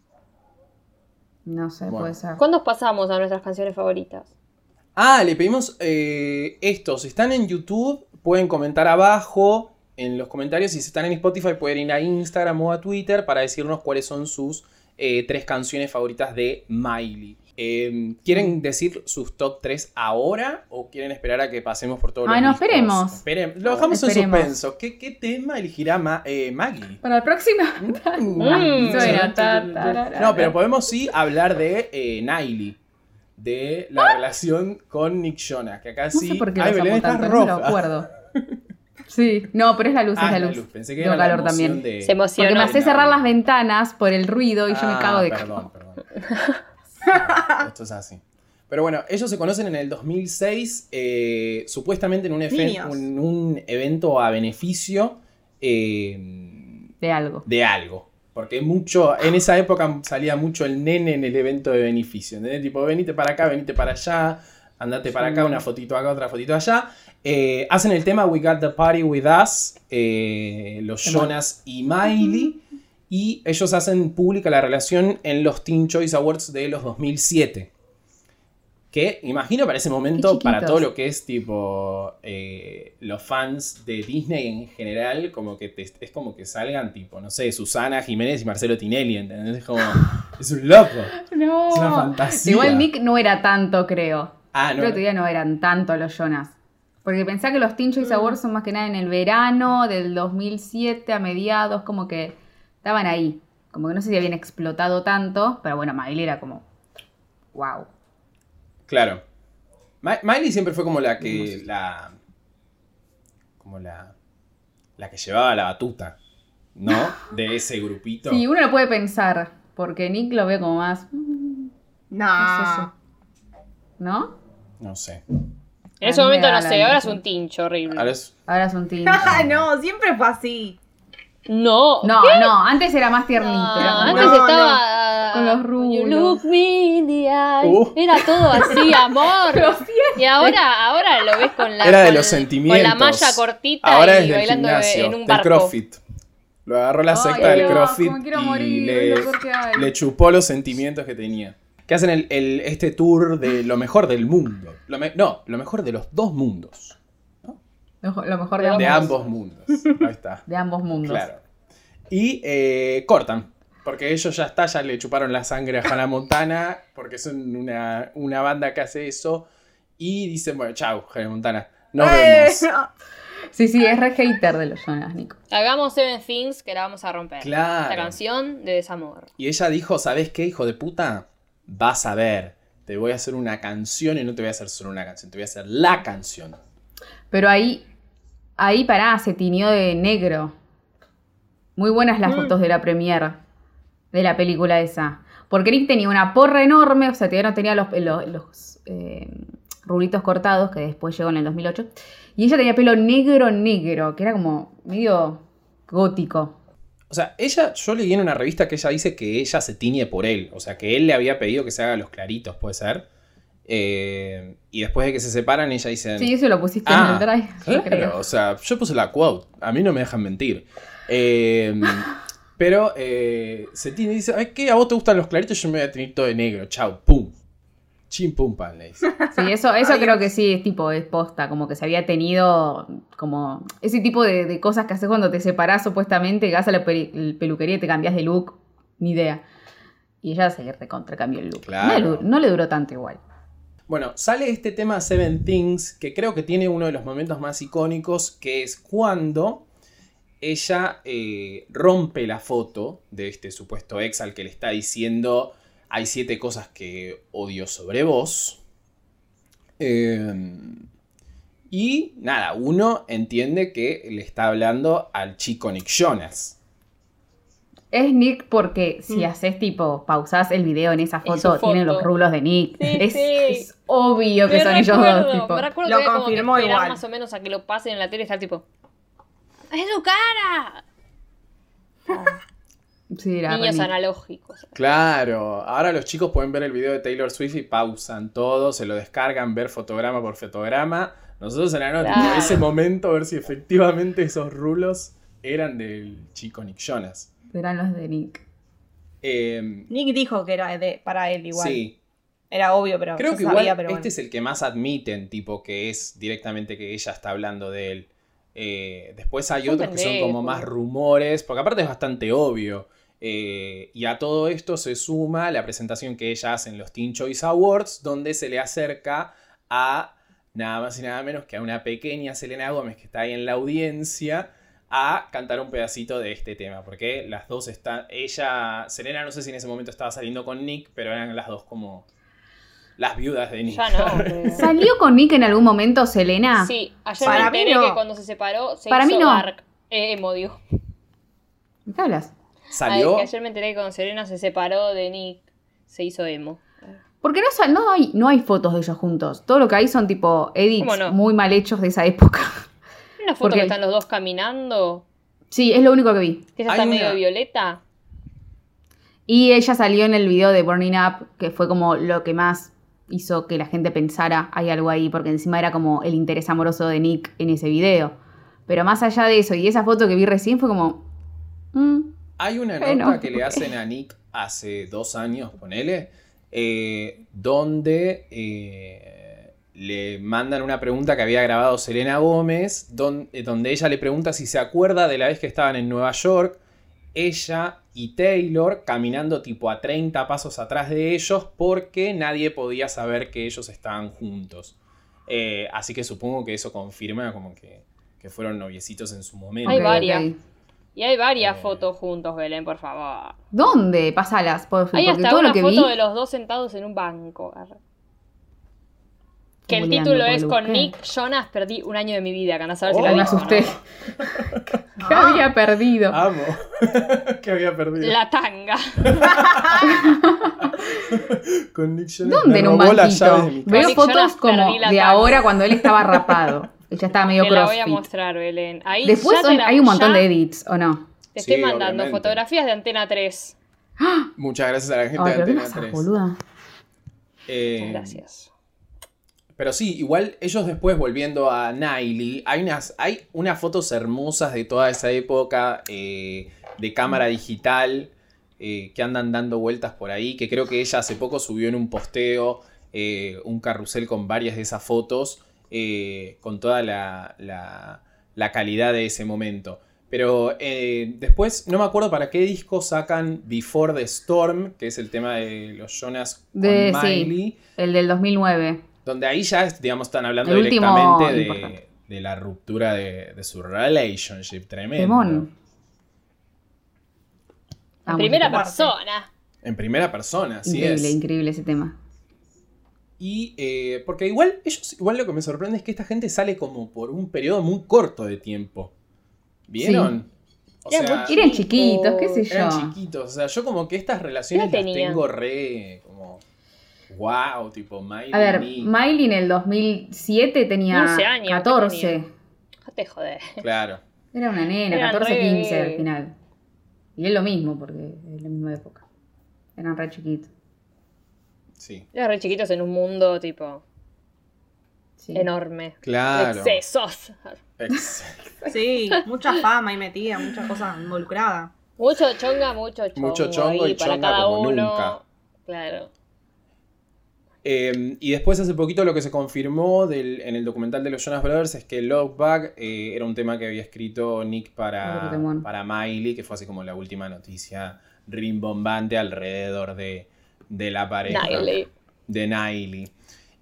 No sé, Bueno. puede ser. ¿Cuándo pasamos a nuestras canciones favoritas? Ah, le pedimos eh, estos. Si están en YouTube, pueden comentar abajo en los comentarios. Y si están en Spotify, pueden ir a Instagram o a Twitter para decirnos cuáles son sus eh, tres canciones favoritas de Miley. Eh, ¿Quieren decir sus top tres ahora o quieren esperar a que pasemos por todos los Ay, no, discos? esperemos. Esperen- Lo dejamos en Esperemos. suspenso. ¿Qué, qué tema elegirá Ma- eh, Maggie? Para la próxima. Mm. Suena, ta, tarara. No, pero podemos sí hablar de eh, Niley. De la relación con Nick Jonas. Que acá No sí. sé por qué Ay, los Belén amo está tanto, no me lo roja. acuerdo. Sí, no, pero es la luz, Ah, es la luz. Pensé que Tengo era la calor emoción también. de- Se emocionó. Porque me hace de cerrar Niley. las ventanas por el ruido y yo me Ah, cago de perdón, calor. perdón. Esto es así. Pero bueno, ellos se conocen en el dos mil seis, eh, supuestamente en un, efe- Niños. un, un evento a beneficio eh, De algo. de algo. Porque mucho, en esa época salía mucho el nene en el evento de beneficio. ¿Entendés? Tipo, venite para acá, venite para allá, andate para acá, una fotito acá, otra fotito allá. Eh, hacen el tema We Got the Party With Us, eh, los Jonas y Miley. Y ellos hacen pública la relación en los Teen Choice Awards de los dos mil siete. Que imagino para ese momento, para todo lo que es tipo eh, los fans de Disney en general, como que te, es como que salgan tipo, no sé, Susana Jiménez y Marcelo Tinelli, ¿entendés? Es como, es un loco. No. Es una fantasía. Igual Nick no era tanto, creo. Ah, no. Creo que todavía no eran tanto los Jonas. Porque pensá que los Teen Choice Awards son más que nada en el verano del dos mil siete a mediados, como que estaban ahí. Como que no sé si habían explotado tanto, pero bueno, Miley era como, wow. Claro. Ma- Miley siempre fue como la que, la, como la, la que llevaba la batuta, ¿no? De ese grupito. Sí, uno lo puede pensar, porque Nick lo ve como más, No. ¿no? No sé. En ese A mí me momento da no la sé, ahora es impresión. un tincho horrible. Ahora es- Ahora es un teen. Ah, no, siempre fue así. No. No, no, antes era más tiernito. No, era como- antes No, estaba Con los When rulos. you look me in the eye. Uh. Era todo así, amor. Lo siento. Y ahora, ahora lo ves con la, Era de con- los sentimientos. con la malla cortita Ahora y es del bailando gimnasio, en un del barco. CrossFit. Lo agarró la Ay, secta del Dios, CrossFit cómo quiero y morir, le, es lo peor que hay. le chupó los sentimientos que tenía. Que hacen el, el- este tour de lo mejor del mundo. Lo me- no, lo mejor de los dos mundos. Lo, lo mejor de ambos, De ambos mundos. Ahí está. de ambos mundos. Claro. Y eh, cortan. Porque ellos ya está, ya le chuparon la sangre a Hannah Montana. Porque son una, una banda que hace eso. Y dicen, bueno, chau, Hannah Montana. Nos Eh, vemos. no. Sí, sí, es re hater de los Jonas, Nico. Hagamos Seven Things que la vamos a romper. Claro. La canción de desamor. Y ella dijo, ¿sabes qué, hijo de puta? Vas a ver. Te voy a hacer una canción y no te voy a hacer solo una canción. Te voy a hacer la canción. Pero ahí, ahí pará, se tiñó de negro. Muy buenas las Mm. fotos de la premiere de la película esa. Porque Nick tenía una porra enorme, o sea, todavía no tenía los, los, los, eh, rulitos cortados, que después llegó en el dos mil ocho. Y ella tenía pelo negro, negro, que era como medio gótico. O sea, ella, yo leí en una revista que ella dice que ella se tiñe por él. O sea, que él le había pedido que se haga los claritos, puede ser. Eh, y después de que se separan, ella dice... Sí, eso lo pusiste Ah, en el drive, yo claro, creo. o sea, yo puse la quote. A mí no me dejan mentir. Eh, pero eh, se tiene, dice, ay, ¿qué? ¿A vos te gustan los claritos? Yo me voy a tener todo de negro. Chau, pum. Chim, pum, pan, le dice. Sí, eso, eso Ay, creo que sí, es tipo, es posta, como que se había tenido como ese tipo de, de cosas que haces cuando te separás supuestamente, que vas a la peri- peluquería y te cambias de look, ni idea. Y ella se recontra cambió el look. Claro. No, le, no le duró tanto igual. Bueno, sale este tema Seven Things, que creo que tiene uno de los momentos más icónicos, que es cuando ella eh, rompe la foto de este supuesto ex al que le está diciendo hay siete cosas que odio sobre vos. Eh, y nada, uno entiende que le está hablando al chico Nick Jonas. Es Nick porque si Mm. haces tipo, pausás el video en esa En su foto, tienen foto. los rulos de Nick. Sí, es, sí. es obvio que Me son ellos recuerdo, dos. Tipo. me recuerdo Lo que había como que confirmó esperar igual. más o menos a que lo pasen en la tele y estar tipo... ¡Es su cara! Sí, era re Niños Nick. analógicos. Claro, ahora los chicos pueden ver el video de Taylor Swift y pausan todo, se lo descargan, ver fotograma por fotograma. Nosotros en la noche, Claro. en ese momento, a ver si efectivamente esos rulos eran del chico Nick Jonas. Eran los de Nick. Eh, Nick dijo que era de, para él igual. sí, Era obvio, pero creo yo que sabía, igual pero este bueno. es el que más admiten, tipo, que es directamente que ella está hablando de él. Eh, después hay Son otros que son como pendejos. más rumores, porque aparte es bastante obvio. Eh, y a todo esto se suma la presentación que ella hace en los Teen Choice Awards, donde se le acerca a nada más y nada menos que a una pequeña Selena Gómez que está ahí en la audiencia a cantar un pedacito de este tema, porque las dos están, ella, Selena no sé si en ese momento estaba saliendo con Nick, pero eran las dos como las viudas de Nick. Ya no. pero- ¿Salió con Nick en algún momento, Selena? Sí, ayer Para me mí enteré no. que cuando se separó se Para hizo mí no. dark. Eh, emo, digo. ¿De qué hablas? Ay, Salió, que ayer me enteré que cuando Serena se separó de Nick, se hizo emo. Porque no, sa- no, hay, no hay fotos de ellos juntos. Todo lo que hay son tipo edits ¿Cómo no? muy mal hechos de esa época. Una foto Porque- que están los dos caminando. Sí, es lo único que vi. Que ella Hay está medio una- violeta. Y ella salió en el video de Burning Up, que fue como lo que más hizo que la gente pensara hay algo ahí, porque encima era como el interés amoroso de Nick en ese video. Pero más allá de eso y esa foto que vi recién fue como... mm, Hay una Bueno, nota que le ok. hacen a Nick hace dos años, ponele, eh, donde eh, le mandan una pregunta que había grabado Selena Gómez, don- eh, donde ella le pregunta si se acuerda de la vez que estaban en Nueva York, ella y Taylor caminando tipo a treinta pasos atrás de ellos porque nadie podía saber que ellos estaban juntos. Eh, así que supongo que eso confirma como que, que fueron noviecitos en su momento. Hay ok, varias. ok. Y hay varias Eh. fotos juntos, Belén, por favor. ¿Dónde? Pásalas, por Hay porque hasta todo una lo que foto vi... de los dos sentados en un banco. Arre. Que el Googleando, título porque es lo con busqué. Nick Jonas perdí un año de mi vida. Que no saber si Oh, la Ay, me dijo, asusté. ¿no? ¿Qué había perdido? Amo. que había perdido. La tanga. Con Nick Jonas ¿Dónde me en un robó las llaves de mi banquito? casa. Veo Nick fotos Jonas como perdí la de tanga. ahora cuando él estaba rapado. Ella estaba medio Te la voy a crossfit. mostrar, Belén. Ahí Después ya te son- la- hay un montón ya de edits, ¿o no? Te estoy Sí, mandando obviamente. fotografías de Antena tres. Muchas gracias a la gente Ay, de pero ¿qué Antena pasa, tres. boluda? Eh, Muchas gracias. Pero sí, igual ellos después volviendo a Niley, hay unas, hay unas fotos hermosas de toda esa época eh, de cámara digital eh, que andan dando vueltas por ahí, que creo que ella hace poco subió en un posteo eh, un carrusel con varias de esas fotos, eh, con toda la, la, la calidad de ese momento. Pero eh, después, no me acuerdo para qué disco sacan Before the Storm, que es el tema de los Jonas con De- sí. Miley. El del dos mil nueve. Donde ahí ya, digamos, están hablando El último directamente importante. de, de la ruptura de, de su relationship. Tremendo. Temón. En Vamos, primera este tema. persona. En primera persona, así Increíble, es. increíble ese tema. Y eh, porque igual, ellos, igual lo que me sorprende es que esta gente sale como por un periodo muy corto de tiempo. ¿Vieron? O Era sea, muy Eran chiquitos, qué sé yo. eran chiquitos. O sea, yo como que estas relaciones ¿Qué las tenían? tengo re como... Wow, tipo Miley. A ver, Nick. Miley en el dos mil siete tenía quince años, ¿qué catorce. tenía? Déjate joder. Claro. Era una nena, Eran catorce, re quince bebés. al final. Y es lo mismo, porque es la misma época. Eran re chiquitos. Sí. Eran re chiquitos en un mundo, tipo, Sí. enorme. Claro. Excesos. Ex- Sí, mucha fama ahí metida, muchas cosas involucradas. Mucho chonga, mucho chongo. Mucho chongo ahí y para chonga cada como uno. nunca. Claro. Eh, y después hace poquito lo que se confirmó del- en el documental de los Jonas Brothers es que Love Bug eh, era un tema que había escrito Nick para, Otro temón. para Miley, que fue así como la última noticia rimbombante alrededor de, de la pareja Niley. de Niley.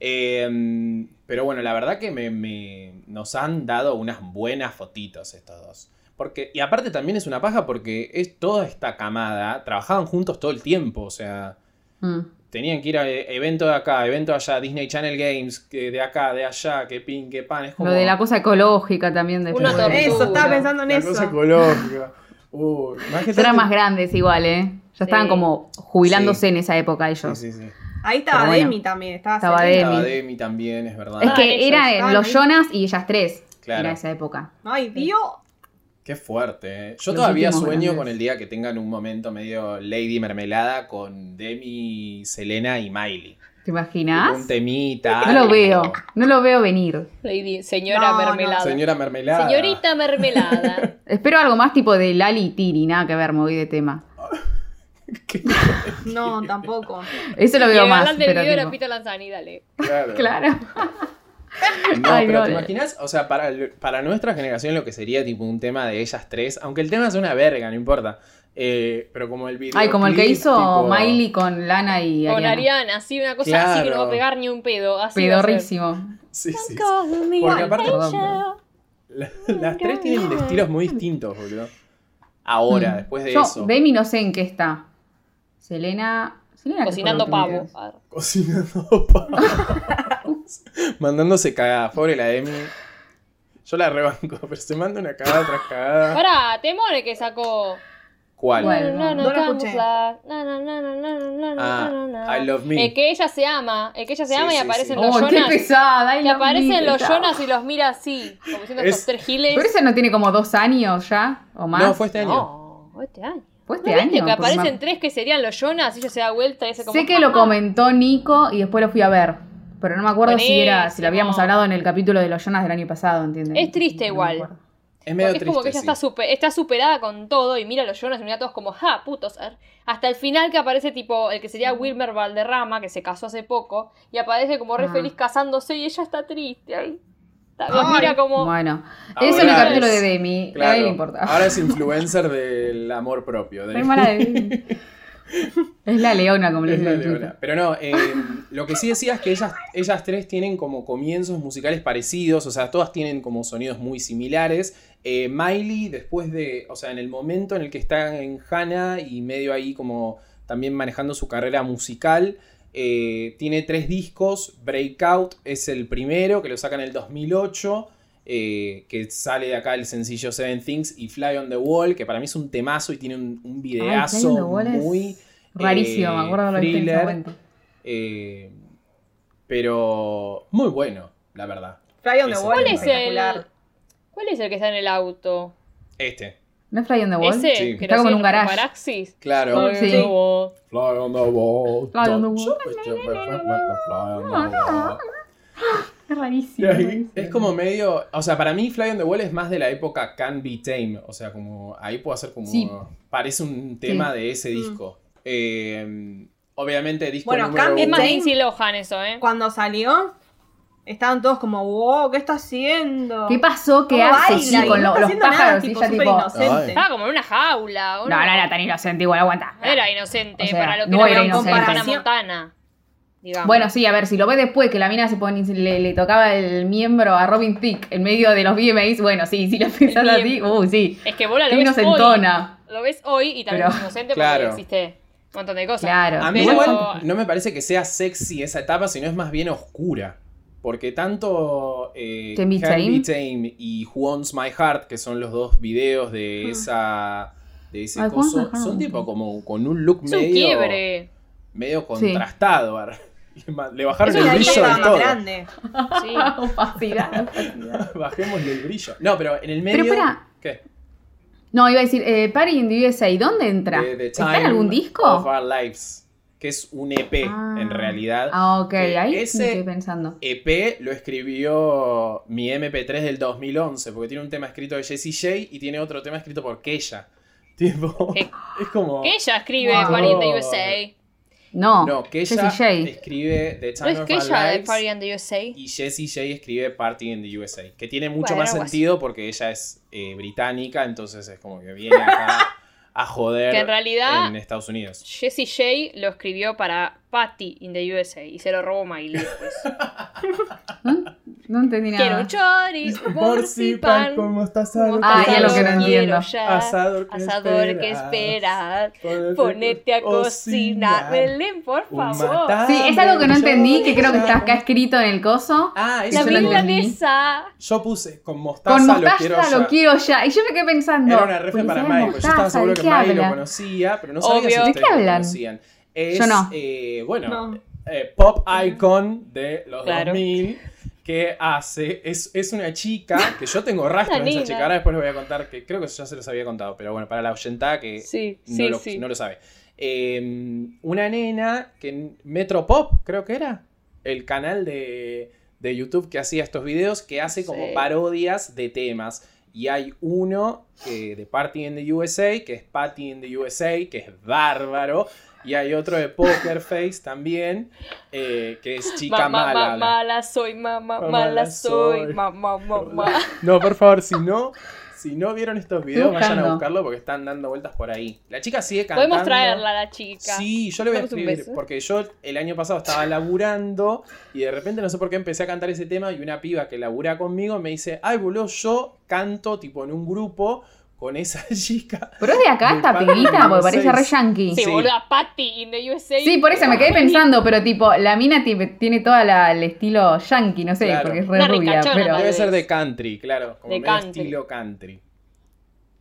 Eh, pero bueno, la verdad que me, me- nos han dado unas buenas fotitos estos dos. Porque, y aparte también es una paja porque es toda esta camada, trabajaban juntos todo el tiempo, o sea... Mm. Tenían que ir a e- evento de acá, evento de allá, Disney Channel Games, que de acá, de allá, que pin, que pan. Es como Lo de la cosa ecológica también. De Una Fede. tortura. Eso, estaba pensando en la eso. cosa ecológica. Uy, más que Ya eran tanto- más grandes igual, ¿eh? Ya estaban Sí. como jubilándose Sí. en esa época Sí, ellos. sí, sí. Ahí estaba Pero bueno. Demi también. Estaba, Estaba Selena. Demi. Estaba Demi también, es verdad. Es Ah, que ellos eran estaban los ahí. Jonas y ellas tres. Claro. Era esa época. Ay, Dios. Qué fuerte, ¿eh? Yo Los todavía últimos sueño grandes. con el día que tengan un momento medio Lady Mermelada con Demi, Selena y Miley. ¿Te Tipo imaginas? un temita. No lo algo. veo. No lo veo venir. Lady, señora No, no. mermelada. Señora Mermelada. Señorita mermelada. Espero algo más tipo de Lali y Tini, nada que ver, moví de tema. Qué- No, tampoco. Eso lo Y veo el más. galán del Pero video era tipo- Pito Lanzani, dale. Claro. Claro. No, Ay, pero no, ¿te no. imaginas? O sea, para, el- para nuestra generación lo que sería tipo un tema de ellas tres, aunque el tema es una verga, no importa. Eh, pero como el video. Ay, como el que hizo Miley con Lana y Con Ariana. Ariana, así, una cosa así que no va a Claro. pegar ni un pedo. Así va a ser. Pedorrísimo. Sí, sí, sí. Call me Porque aparte- Perdón, perdón. La- las tres tienen estilos muy distintos, boludo. Ahora, Mm. después de Yo, eso. Demi no sé en qué está. Selena. Selena ¿qué fue Cocinando lo último que pavo. hizo? Cocinando pavos. Mandándose cagadas. Pobre la Demi. Yo la rebanco, pero se manda una cagada tras cagada. Pará, Temone que sacó. ¿Cuál? ¿Cuál? No, no, No lo no, escuché. no, no, no, no, no, no, no, Ah, no, no. I Love Me. El que ella se ama, el que ella se Sí, ama y sí, aparecen sí. los Oh, qué Jonas. pesada. Que aparecen los Jonas y los mira así, como diciendo Es- estos tres giles. Pero ese no tiene como dos años ya, o más. No, fue este año. No, este año. Fue este ¿No viste año. que porque aparecen me- tres que serían los Jonas y ella se da vuelta y ese como... Sé que lo "Ah". comentó Nico y después lo fui a ver. Pero no me acuerdo si era, si lo habíamos Buenísimo. hablado en el capítulo de los Jonas del año pasado, ¿entiendes? Es triste No me igual. acuerdo. Es medio Porque es como que triste, ella está, sí. super- está superada con todo y mira a los Jonas y mira a todos como, ja, putos. er". Hasta el final que aparece tipo el que sería Wilmer Valderrama, que se casó hace poco, y aparece como re Ah. feliz casándose y ella está triste ahí. Está- Ay. mira como... Bueno, Ahora eso en el es- capítulo de Demi. A nadie Claro, le importa. ahora es influencer del amor propio. de- Soy mala de Demi. Es la leona, como le Es la dicen en leona. Twitter. Pero no, eh, lo que sí decía es que ellas, ellas tres tienen como comienzos musicales parecidos, o sea, todas tienen como sonidos muy similares. Eh, Miley, después de, o sea, en el momento en el que está en Hannah y medio ahí como también manejando su carrera musical, eh, tiene tres discos. Breakout es el primero, que lo saca en el dos mil ocho. Eh, que sale de acá el sencillo Seven Things y Fly on the Wall, que para mí es un temazo y tiene un, un Fly on the videazo Wall es muy rarísimo, eh, me acuerdo lo viste en ese thriller, momento. eh, pero muy bueno, la verdad. Fly on the Ese Wall tema. es ¿Cuál es el- espectacular. ¿Cuál es el que está en el auto? Este, ¿No es Fly on the Wall? ¿Ese? Sí. Que Está lo como en hacían un los garage. paparazzis. claro. Oh, Fly sí. on the wall. Fly on the wall. Fly on the Don't wall. you put your perfect weapon, fly on the wall. Es Y rarísimo. ahí rarísimo. es como medio, o sea, para mí Fly on the Wall es más de la época Can't Be Tame, o sea, como ahí puedo hacer como, Sí. parece un tema Sí. de ese disco. Eh, obviamente disco Bueno, número Can't Be Es más Tame. Lindsay Lohan eso, ¿eh? Cuando salió, estaban todos como, wow, ¿qué está haciendo? ¿Qué pasó? ¿Qué ¿Cómo hace? baila? Sí, Y con no lo- está los haciendo nada, pájaros y tipo, ella súper tipo... inocente. Estaba como en una jaula. ¿o No, no era tan inocente, igual aguanta. Era inocente O sea, para lo que no era era Hannah inocente. Montana. Digamos. Bueno, sí, a ver, si lo ves después que la mina se pone, le, le tocaba el miembro a Robin Thicke en medio de los V M As, bueno, sí, si lo pensás El así, miembro. uh, sí. Es que vos la Qué lo ves inocentona. hoy. Lo ves hoy y también Pero- es inocente Claro. porque existe un montón de cosas. Claro. A mí Pero- igual no me parece que sea sexy esa etapa, sino es más bien oscura. Porque tanto eh, Can't Be Can't Be Tame. Tame y Who Owns My Heart, que son los dos videos de esa de ese Ay, Who Owns My coso, Heart. son tipo como con un look Es un medio, quiebre. medio Sí. contrastado. ar- Le bajaron Es el una brillo hierba del más todo. grande. Sí. Opacidad, opacidad. Bajémosle el brillo. No, pero en el Pero medio. espera. ¿Qué? No, iba a decir, eh, Party in the U S A, ¿dónde entra? De The ¿Está en Time algún disco? Of Our Lives, que es un E P Ah. en realidad. Ah, ok, Que ahí ese- me estoy pensando. E P lo escribió mi M P tres del dos mil once, porque tiene un tema escrito de Jessie J y tiene otro tema escrito por Keisha. Tipo, ¿Qué? es como... Que ella escribe Wow. Party in the U S A. No, No, Keisha Jessie J. escribe The ¿No Time es of que Our ella de Lives Party in the U S A? y Jessie J escribe Party in the U S A, que tiene mucho Bueno, más algo así. sentido porque ella es eh, británica, entonces es como que viene acá a joder Que en realidad- en Estados Unidos. Jessie J lo escribió para Patty in the U S A y se lo robó Miley después. ¿No? No entendí nada. Quiero un chorizo, morcipan. como estás como Ah, está ya lo que no quiero entiendo. ya. Asador, ¿qué Asador, ¿qué esperas? esperas? Ponete a cocinar. Belén, por Un favor. matar- Sí, es algo que no Yo- entendí, que creo que está acá escrito en el coso. Ah, La eso La yo lo vida entendí. milanesa. Yo puse con mostaza, Con lo mostaza quiero lo ya. quiero ya. Y yo me quedé pensando. Era una refe para publicidad de Miley, porque yo estaba mostaza, seguro ¿de que qué Miley lo habla? conocía, pero no sabía Obvio. si ¿De ustedes qué lo hablan? conocían. Es, Yo no. eh, bueno, No. eh, pop icon de los Claro. dos mil que hace, es, es una chica, que yo tengo rastro Una en esa nena. chica, ahora después les voy a contar, que creo que ya se los había contado, pero bueno, para la oyentada que Sí, no, sí, lo, sí. no lo sabe. Eh, una nena que en Metropop, creo que era, el canal de, de YouTube que hacía estos videos, que hace como Sí. parodias de temas. Y hay uno eh, de Party in the U S A, que es Party in the U S A, que es bárbaro. Y hay otro de Poker Face también, eh, que es chica Ma- ma- mala. ma- mala soy, mamá, Mala mala soy. soy, mamá, mamá. No, por favor, si no, si no vieron estos videos, vayan a buscando. buscarlo porque están dando vueltas por ahí. La chica sigue cantando. Podemos traerla a la chica. Sí, yo le voy a Damos un escribir, beso. porque yo el año pasado estaba laburando y de repente no sé por qué empecé a cantar ese tema y una piba que labura conmigo me dice, ay boludo, yo canto tipo en un grupo con esa chica. Pero es de acá De esta Party pibita, in the porque parece re U S A. yankee. Sí, Sí. boluda, Patty in the U S A. Sí, por eso me quedé pensando, pero tipo, la mina ti- tiene todo el estilo yankee, no sé, Claro. porque es re Una rubia, ricachona pero... tal Debe vez. ser de country, claro, como De medio country. estilo country.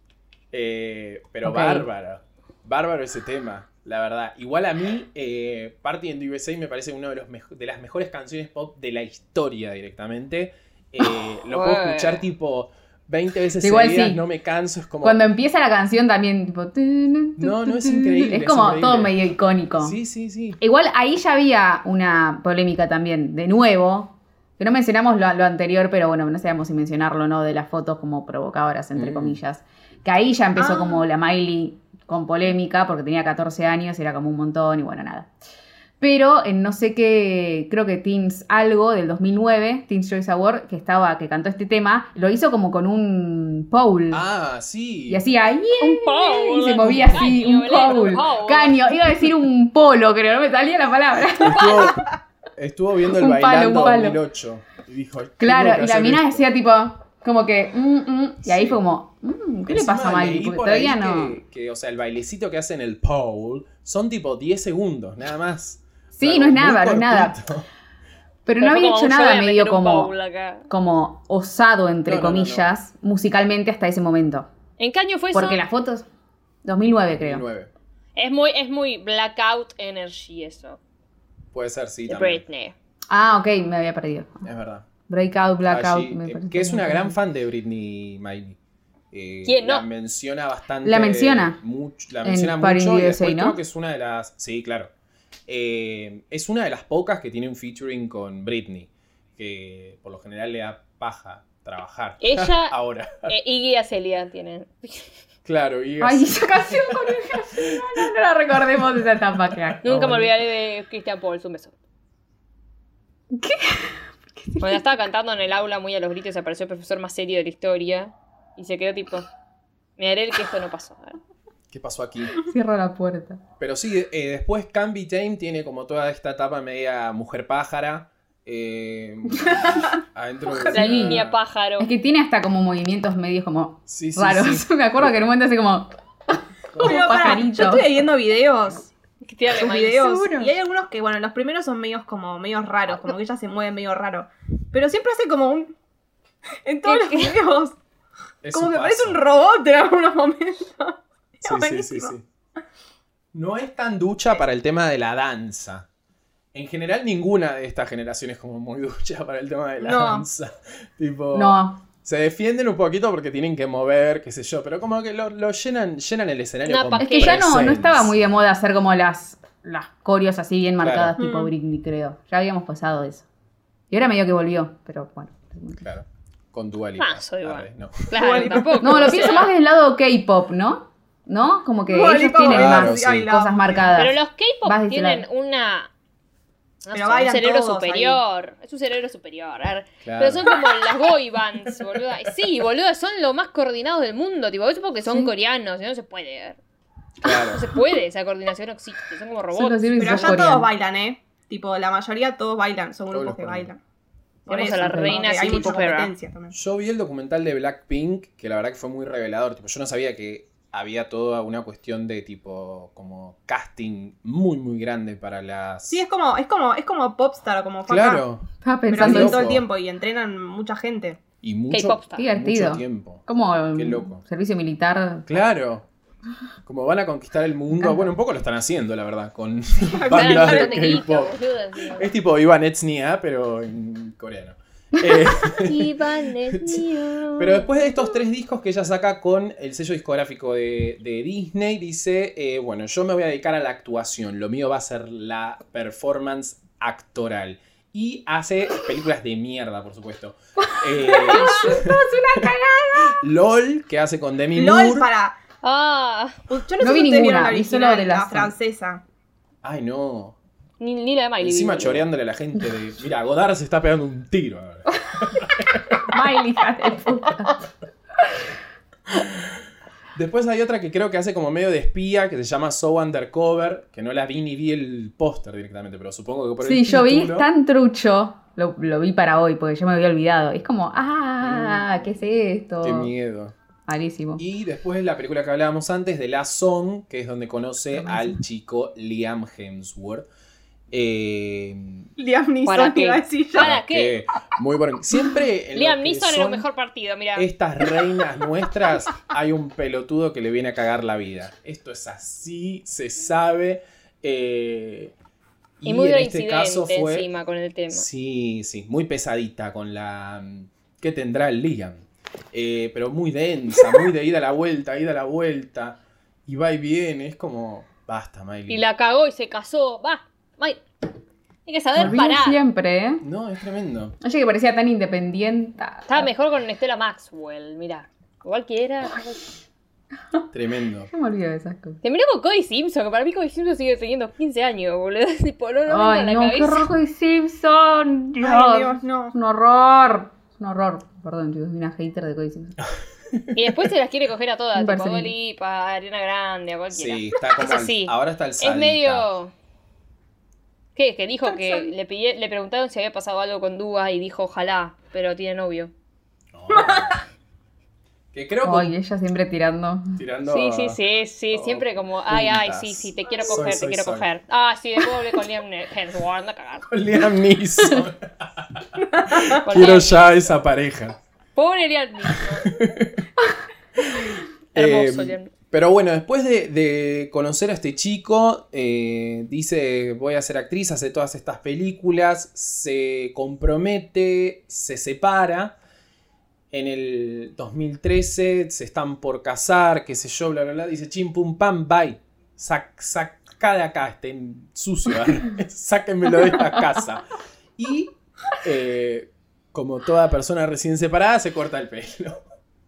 Eh, pero Ok. bárbaro. Bárbaro ese tema, la verdad. Igual a mí, eh, Party in the U S A me parece una de, los mejo- de las mejores canciones pop de la historia directamente. Eh, lo puedo Ué. escuchar tipo veinte veces Igual seguidas, sí. no me canso, es como... Cuando empieza la canción también, tipo. No, no, es increíble, Es es como increíble. todo medio icónico. Sí, sí, sí. Igual ahí ya había una polémica también, de nuevo, que no mencionamos lo, lo anterior, pero bueno, no sabemos si mencionarlo o no, de las fotos como provocadoras, entre Mm. comillas. Que ahí ya empezó Ah. como la Miley con polémica, porque tenía catorce años, era como un montón y bueno, nada. Pero en no sé qué, creo que Teens algo del dos mil nueve, Teens Choice Award, que estaba, que cantó este tema, lo hizo como con un pole. Ah, sí. Y hacía "Yeah", Un pole. y se movía Un así, caño, un Belén, pole. un pole. Caño, iba a decir un polo, creo, no me salía la palabra. Estuvo, estuvo viendo el Un palo, Bailando un palo. dos mil ocho. Y dijo, "Tengo Claro, que y la hacer mina esto". decía tipo, como que, mm, mm, y ahí Sí. fue como, mm, ¿qué le Encima pasa a Miley? leí Porque por ahí todavía no. Que, que, o sea, el bailecito que hacen el pole son tipo diez segundos, nada más. Sí, O sea, no es como muy nada, no es nada. cortito. Pero Pero no fue había como, hecho yo nada voy a medio meter un como, bowl acá. como osado, entre No, no, no, no. comillas, musicalmente hasta ese momento. ¿En qué año fue eso? Porque las fotos, dos mil nueve creo. dos mil nueve. Es muy, es muy blackout energy eso. Puede ser, sí, De también. Britney. Ah, ok, me había perdido. Es verdad. Breakout, Blackout. Allí, me eh, parece que es una muy gran bien. fan de Britney Miley. Eh, ¿Quién La no? menciona bastante. La menciona. mucho, la En menciona Party in mucho the y U S A, después ¿no? creo que es una de las. Sí, claro. Eh, es una de las pocas que tiene un featuring con Britney. Que por lo general le da paja trabajar. Ella- Ahora. Eh, Iggy Azalea tienen. Claro, y Ay, esa canción con ella. No, no, no la recordemos esa etapa que hay. Nunca me bueno. olvidaré de Christian Pauls, un beso. ¿Qué? Cuando estaba cantando en el aula muy a los gritos apareció el profesor más serio de la historia y se quedó tipo, me haré el que esto no pasó. ¿Qué pasó aquí? Cierra la puerta. Pero sí, eh, después Can't Be Tamed tiene como toda esta etapa media mujer pájara. Eh, adentro de La una- línea pájaro. Es que tiene hasta como movimientos medios como Sí, sí, raros. sí. Me acuerdo que en un momento hace como, como Pero, pará, pajarito. yo estuve viendo videos, Que tírale sus maíz. videos, seguro. y hay algunos que, bueno, los primeros son medios como, medios raros, como que ella se mueve medio raro. Pero siempre hace como un... En todos los ¿Qué- qué? videos, Es como su que parece paso. un robot en algunos momentos. Es Sí, sí, sí, buenísimo. sí. No es tan ducha para el tema de la danza. En general, ninguna de estas generaciones es como muy ducha para el tema de la No. danza. Tipo, No, se defienden un poquito porque tienen que mover, qué sé yo, pero como que lo, lo llenan, llenan el escenario Una con es que ya no, no presencia. estaba muy de moda hacer como las, las coreos así bien marcadas Claro. tipo Mm. Britney, creo. Ya habíamos pasado de eso. Y ahora medio que volvió, pero bueno. Claro, con Dua Lipa. Paso igual. Arre, no. Claro, Bueno, tampoco. No, lo o pienso sea, más del lado K-pop, ¿no? ¿No? Como que Dua ellos Lipa, tienen claro, más sí. ay, la cosas amo. marcadas. Pero los K-pop Vas de ese tienen lado. una. No Pero sé, un bailan cerebro todos superior. Es un cerebro superior. A ver, Claro. pero son como las boy bands, boluda. Sí, boluda, son lo más coordinados del mundo. Tipo, eso porque son Sí. coreanos, y no se puede. Claro. No se puede, esa coordinación no existe. Son como Son los robots. sirven Pero y son allá todos coreanos. bailan, ¿eh? Tipo, la mayoría todos bailan, son Todos grupos los que coreanos. bailan. Tenemos a eso, la como reina que hay Cindy mucha Popera. competencia también. Yo vi el documental de Blackpink, que la verdad que fue muy revelador. Tipo, yo no sabía que había toda una cuestión de tipo, como casting muy, muy grande para las... Sí, es como, es como, es como Popstar o como Fuck Up, Claro, Estaba pero pensando hacen loco. todo el tiempo y entrenan mucha gente. y mucho, K-popstar. Qué divertido. mucho tiempo. Como Qué um, loco. servicio militar. Claro. Como van a conquistar el mundo. encanta. Bueno, un poco lo están haciendo, la verdad, con Ganan un bandas de montón de guita, K-pop. boluda, sí. Es tipo Ivan Etsnia, pero en coreano. Eh, Iván es mío. pero después de estos tres discos que ella saca con el sello discográfico de, de Disney, dice, eh, bueno, yo me voy a dedicar a la actuación, lo mío va a ser la performance actoral. Y hace películas de mierda, por supuesto. Eh, LOL, que hace con Demi LOL Moore. para... Ah, Yo no, No sé vi si ustedes ninguna, vieron la vi solo original, de la las- francesa. Ay, no. ni, ni la de Miley. Encima boludo. choreándole a la gente de, mira, Godard se está pegando un tiro ahora. Miley, hija de puta. Después hay otra que creo que hace como medio de espía, que se llama So Undercover, que no la vi ni vi el póster directamente, pero supongo que por el Sí, yo vi, título- es tan trucho. Lo, lo vi para hoy, porque yo me había olvidado. Es como, ah, ¿qué es esto? Qué miedo. Malísimo. Y después la película que hablábamos antes, de La Song, que es donde conoce Buenísimo. al chico Liam Hemsworth. Eh, Liam ¿Para Neeson qué? iba a decir yo. ¿Para qué? que muy bueno. Siempre en lo Liam que Neeson era son un mejor partido, mira. estas reinas nuestras, hay un pelotudo que le viene a cagar la vida. Esto es así, se sabe. Eh, Y muy en de este incidente caso fue. encima con el tema. Sí, sí, muy pesadita con la. ¿Qué tendrá el Liam? Eh, pero muy densa, muy de ida a la vuelta, ida a la vuelta. Y va y viene, es como. Basta, Miley. Y la cagó y se casó. Va, May. Hay que saber Olvido parar. siempre, ¿eh? No, es tremendo. Oye, que parecía tan independiente. Estaba mejor con Estela Maxwell, mira. Igual que era. Tremendo. Yo me olvido de esas cosas. Terminó con Cody Simpson, que para mí Cody Simpson sigue teniendo quince años, boludo. Tipo, no lo Ay, meto en la no, qué cabeza. horror Cody Simpson. Dios. Ay, Dios, no. Es un horror. Es un horror. Perdón, chicos, soy una hater de Cody Simpson. Y después se las quiere coger a todas, Me tipo a parece Dua lindo. Lipa, a Ariana Grande, a cualquiera. Sí, está como. Eso al- sí. ahora está el Es salta. medio... ¿Qué? Que dijo Está que sal- le, pidi- le preguntaron si había pasado algo con Dua y dijo ojalá, pero tiene novio. No. Que creo que. Ay, ella siempre tirando. Tirando. Sí, sí, sí, sí, oh, siempre como, ay, ay, puntas. sí, sí, te quiero Soy, coger, soy, te quiero soy. coger. Ah, sí, después hablé con Liam Hemsworth, anda a cagar. Con Liam Neeson. Con Quiero Liam ya esa pareja. Pobre Liam Neeson. Hermoso, Eh, Liam. Pero bueno, después de, de conocer a este chico, eh, dice, voy a ser actriz, hace todas estas películas, se compromete, se separa. En el dos mil trece se están por casar, qué sé yo, bla, bla, bla. Dice, chim, pum, pam, bye. Sac, saca de acá, este sucio. ¿eh? Sáquenmelo de esta casa. Y, eh, como toda persona recién separada, se corta el pelo.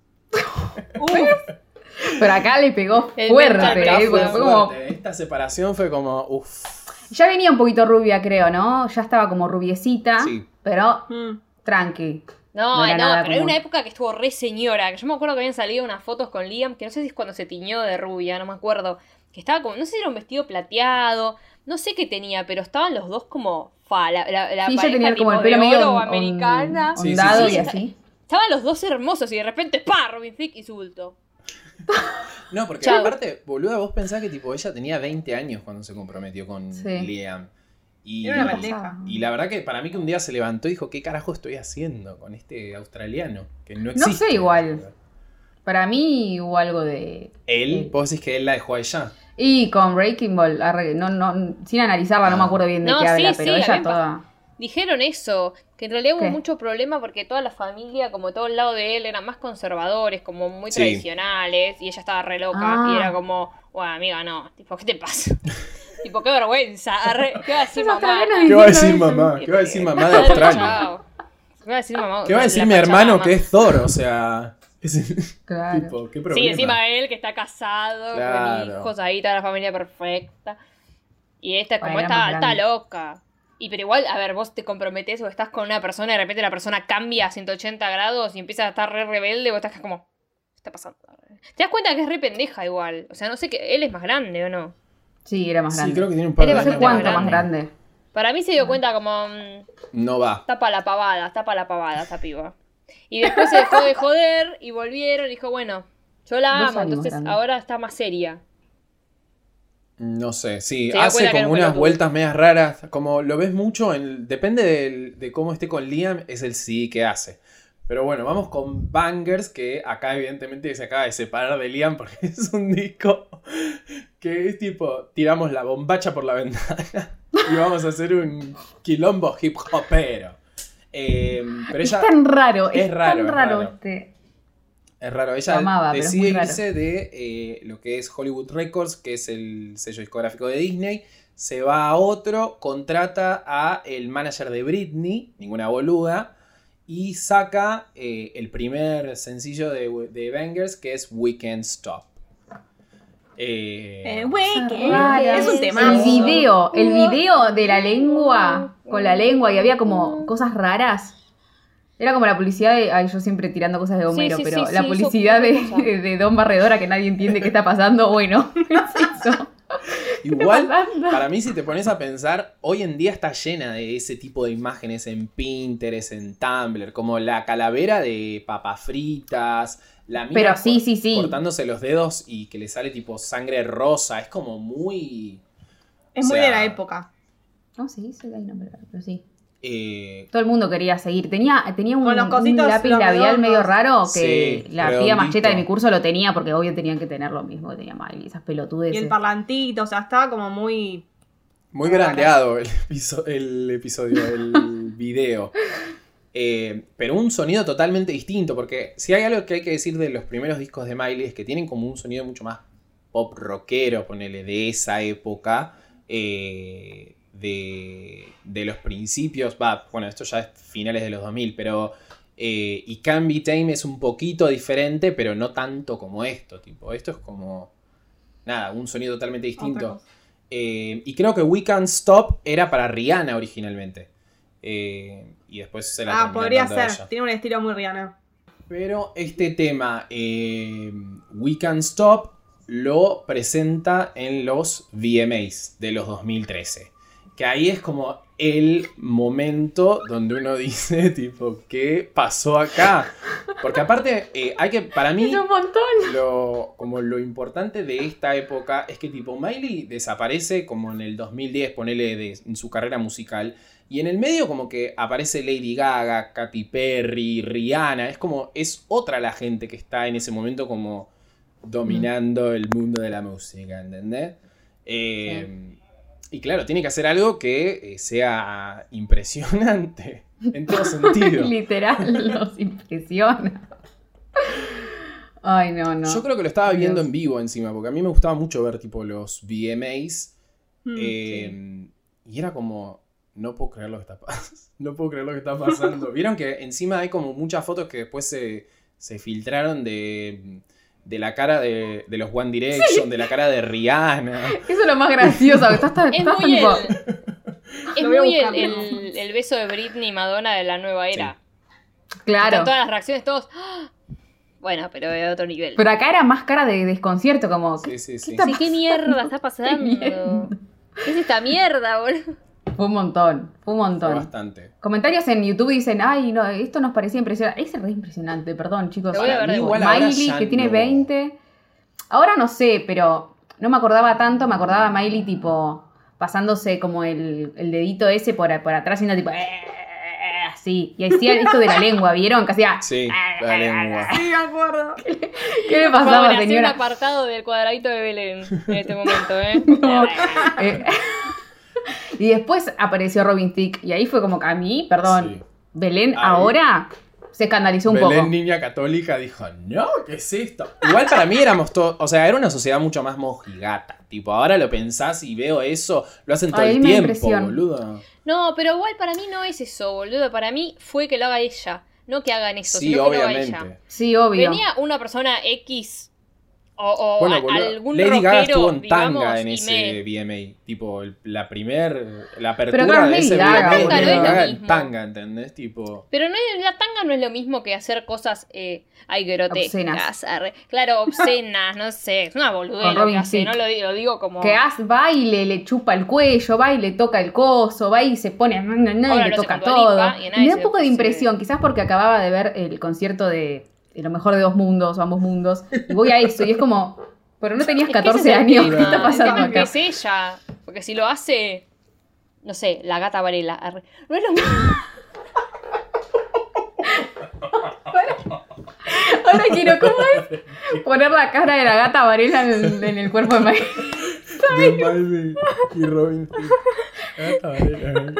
Pero acá le pegó El fuerte, mental ¿eh? café. Porque fue como. Fuerte. Esta separación fue como, uff. Ya venía un poquito rubia, creo, ¿no? Ya estaba como rubiecita. Sí. Pero Mm. tranqui. No, No no, era nada pero hay como- una época que estuvo re señora, que yo me acuerdo que habían salido unas fotos con Liam, que no sé si es cuando se tiñó de rubia, no me acuerdo, que estaba como, no sé si era un vestido plateado, no sé qué tenía, pero estaban los dos como, fa, la, la, la Sí, yo pareja tenía como el tipo pelo de medio oro on- americana. on- Sí, sí, ondado sí. y así. Estaban los dos hermosos y de repente, ¡pa! Robin Thicke y su bulto. No, porque Chau. aparte, boluda, vos pensás que tipo ella tenía veinte años cuando se comprometió con Sí. Liam. Y, Era una ¿Qué pendeja. pasaba? y la verdad que para mí que un día se levantó y dijo, ¿qué carajo estoy haciendo con este australiano? Que no No existe. sé igual. Para mí hubo algo de. Él, Sí. vos decís que él la dejó a ella. Y con Breaking Ball, arre- no, no, sin analizarla, no me acuerdo bien de No, qué sí, habla, sí, pero ella habían toda. Dijeron eso, que en realidad hubo ¿Qué? mucho problema porque toda la familia, como todo el lado de él, eran más conservadores, como muy Sí. tradicionales, y ella estaba re loca, Ah. y era como, bueno, amiga, no, tipo, ¿qué te pasa? Tipo, qué vergüenza, arre, ¿qué va a decir Los mamá? australianos ¿Qué va a diciendo decir eso. mamá? ¿Qué va a decir mamá de Claro, Australia? chao. ¿Qué va a decir mamá? ¿Qué va a decir La mi hermano Pachamama. que es Thor? O sea, ese Claro. tipo, qué Sí, problema. encima él que está casado, Claro. con hijos, ahí toda la familia perfecta. Y esta es como, Bueno, esta más está grande. loca. Y pero igual, a ver, vos te comprometés o estás con una persona y de repente la persona cambia a ciento ochenta grados y empieza a estar re rebelde, vos estás como, ¿qué está pasando? Te das cuenta que es re pendeja igual. O sea, no sé, que él es más grande o no. Sí, era más Sí, grande. creo que tiene un par Él de es No sé años cuánto grande. más grande. Para mí se dio cuenta como, mm, No va. tapa la pavada, tapa la pavada esta piba. Y después se dejó de joder y volvieron y dijo, bueno, yo la Dos amo, años entonces grande. ahora está más seria. No sé, sí, Se dio hace cuenta que era como un unas pelotudo. vueltas medias raras, como lo ves mucho, en, depende del- de cómo esté con Liam, es el sí que hace. Pero bueno, vamos con Bangers, que acá evidentemente se acaba de separar de Liam porque es un disco que es tipo, tiramos la bombacha por la ventana y vamos a hacer un quilombo hip hopero. Eh, pero Es ella tan raro, es es, raro, tan es raro raro. este. es raro, ella Lo amaba, pero es decide muy raro. irse de eh, lo que es Hollywood Records, que es el sello discográfico de Disney, se va a otro, contrata a el manager de Britney, ninguna boluda, y saca eh, el primer sencillo de, de Bangers, que es We Can't Stop. Eh, Eh, güey, que Rara. es un El tema. video, el video de la lengua, con la lengua, y había como cosas raras. Era como la publicidad de. Ay, yo siempre tirando cosas de Homero, sí, pero sí, la sí, publicidad hizo de, muchas cosas. de Don Barredora que nadie entiende qué está pasando. Bueno, es eso. Igual, pasando? para mí, si te pones a pensar, hoy en día está llena de ese tipo de imágenes en Pinterest, en Tumblr, como la calavera de papas fritas, la mina Pero sí, cor- sí, sí. cortándose los dedos y que le sale tipo sangre rosa, es como muy... Es o muy sea, de la época. No, sí, sí, ahí no, pero, pero sí. Eh, Todo el mundo quería seguir. Tenía, tenía un, Con los un cositos, lápiz los labial redondos. medio raro que Sí, la piba redondito. macheta de mi curso lo tenía porque obvio tenían que tener lo mismo que tenía Miley, esas Y pelotudeces. el parlantito, o sea, estaba como muy... muy grandeado el, episo- el episodio, el video. Eh, pero un sonido totalmente distinto, porque si hay algo que hay que decir de los primeros discos de Miley es que tienen como un sonido mucho más pop rockero, ponele, de esa época, eh, de, de los principios, va, bueno, esto ya es finales de los dos mil, pero eh, y Can Be Tame es un poquito diferente, pero no tanto como esto, tipo, esto es como, nada, un sonido totalmente otra distinto. cosa. Eh, y creo que We Can't Stop era para Rihanna originalmente. Eh, y después se la Ah, terminaron podría dando a ser. ella. Tiene un estilo muy Rihanna. Pero este tema, eh, We Can't Stop, lo presenta en los V M As de los dos mil trece. Que ahí es como el momento donde uno dice, tipo, ¿qué pasó acá? Porque aparte, eh, hay que, para mí, Es un montón. lo, como lo importante de esta época es que tipo Miley desaparece como en el dos mil diez, ponele de, en su carrera musical, y en el medio como que aparece Lady Gaga, Katy Perry, Rihanna, es como, es otra la gente que está en ese momento como dominando el mundo de la música, ¿entendés? Eh, Y claro, tiene que hacer algo que eh, sea impresionante en todo sentido. Literal, los impresiona. Ay, no, no. Yo creo que lo estaba viendo Dios. en vivo encima, porque a mí me gustaba mucho ver tipo los V M As. Mm, eh, sí. Y era como, no puedo creer lo que está pasando. No puedo creer lo que está pasando. Vieron que encima hay como muchas fotos que después se, se filtraron de, de la cara de, de los One Direction, de la cara de Rihanna. Eso es lo más gracioso. Que estás, tan- Es estás muy tipo. el, es Lo voy a muy el, buscar, el- el beso de Britney y Madonna de la nueva era. Claro. Están todas las reacciones, todos. ¡Ah! Bueno, pero de otro nivel. Pero acá era más cara de desconcierto, como. Sí, sí, sí. está Sí, ¿qué mierda está Qué pasando? mierda. ¿Qué es esta mierda, boludo? Fue un montón, fue un Fue montón. bastante. Comentarios en YouTube dicen, ay, no, esto nos parecía impresionante. Es re impresionante, perdón, chicos. Lo voy a ver de Tipo, vuelta. Igual ahora Miley, ya que tiene no. veinte. Ahora no sé, pero no me acordaba tanto. Me acordaba a Miley, tipo, pasándose como el, el dedito ese por, por atrás, haciendo tipo, "Eh", así. Y hacía esto de la lengua, ¿vieron? Que hacía. Sí, la lengua. Sí, me acuerdo. ¿Qué le Por favor, pasaba, hacé un señora? apartado del cuadradito de Belén en este momento, ¿eh? No. Eh, y después apareció Robin Thicke. Y ahí fue como que a mí, perdón, Sí. Belén Ahí. ahora se escandalizó un Belén, poco. niña católica, dijo, no, ¿qué es esto? Igual para mí éramos todos, o sea, era una sociedad mucho más mojigata. Tipo, ahora lo pensás y veo eso, lo hacen todo Ay, el me da tiempo, impresión. boludo. No, pero igual para mí no es eso, boludo. Para mí fue que lo haga ella. No que hagan eso, Sí, sino que lo haga obviamente. ella. Sí, obvio. Venía una persona X o, o Bueno, a- boludo, algún Lady rockero, Gaga estuvo en digamos, tanga en y ese me- V M A. Tipo, el- la primer, la Pero apertura claro, de Lady ese Gaga, V M A. boludo. Lady No es lo Gaga en mismo. tanga, ¿entendés? Tipo, Pero no es- la tanga no es lo mismo que hacer cosas ay, grotescas. Obscenas. arre. Claro, obscenas, no sé. Es una boludez Con lo que Robin hace. Thicke. No lo digo, lo digo como. Que As va y le, le chupa el cuello, va y le toca el coso, va y se pone no, no, no, Ahora y le lo hace toca con Dua todo. Lipa y a Y nadie me da se- un poco de se- impresión, quizás porque acababa de ver el concierto de, de Lo Mejor de Dos Mundos o Ambos Mundos, y voy a eso, y es como, pero no tenías Es que ese catorce es el años, tema. ¿qué está pasando El tema acá? es que es ella. Porque si lo hace. No sé, la gata Varela. arre. No es lo mismo. Ahora quiero, ¿cómo es? Poner la cara de la gata Varela en, en el cuerpo de Miley. de Miley y Robin Thicke. Ah, Varela.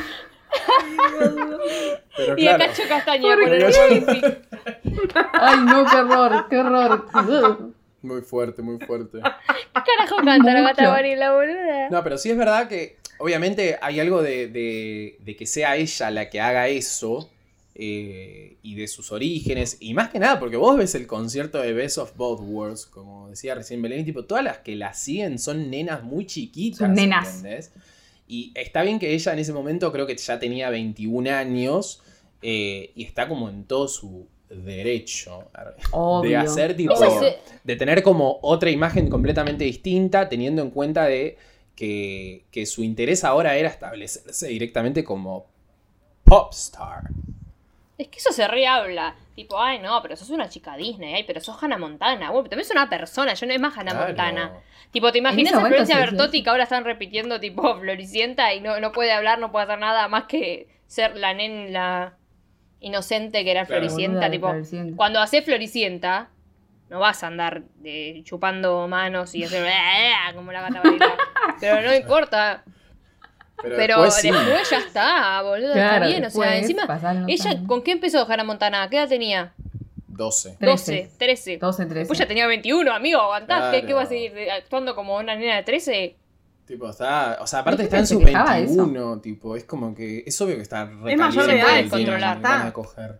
Pero Y a claro, Cacho Castaña ¿Por con el qué? Robin Thicke. Ay, no, qué horror, qué horror. Ugh. muy fuerte, muy fuerte. ¿Qué carajo canta la gata Mucho. Varela, boluda? No, pero sí es verdad que obviamente hay algo de, de- de que sea ella la que haga eso eh, y de sus orígenes. Y más que nada, porque vos ves el concierto de Best of Both Worlds, como decía recién Belén, y tipo, todas las que la siguen son nenas muy chiquitas. Son nenas. ¿Entendés? Y está bien que ella en ese momento creo que ya tenía veintiún años eh, y está como en todo su derecho Obvio. de hacer tipo Eso se- de tener como otra imagen completamente distinta, teniendo en cuenta de que, que su interés ahora era establecerse directamente como popstar. Es Es que eso se rehabla. Tipo, ay, no, pero sos una chica Disney, ay, pero sos Hannah Montana. Bueno, pero también es una persona, yo no es más Hannah Claro. Montana. Tipo, ¿te imaginas ese a momento Florencia se decía Bertotti eso. que ahora están repitiendo, tipo, Floricienta y no, no puede hablar, no puede hacer nada más que ser la nena, la inocente que era Claro. Floricienta? Boluda de Tipo, Floricienta. cuando haces Floricienta, no vas a andar eh, chupando manos y hacer como la gata baila. Pero no importa. Pero, Pero después, sí. después ya está, boludo, Claro, está bien. O sea, después encima, pasaron los ella, años. ¿con qué empezó Hannah Montana? ¿Qué edad tenía? doce. trece. doce, trece. doce, trece. Después ya tenía veintiuno, amigo, aguantás. ¿Qué, Claro. ¿Qué va a seguir eh, actuando como una nena de trece? Tipo, está. O sea, aparte Hay está en gente sus que se quejaba de eso. veintiuno. Tipo, es como que. Es obvio que está re mayor de edad, caliente, descontrolar. tiene ganas de coger.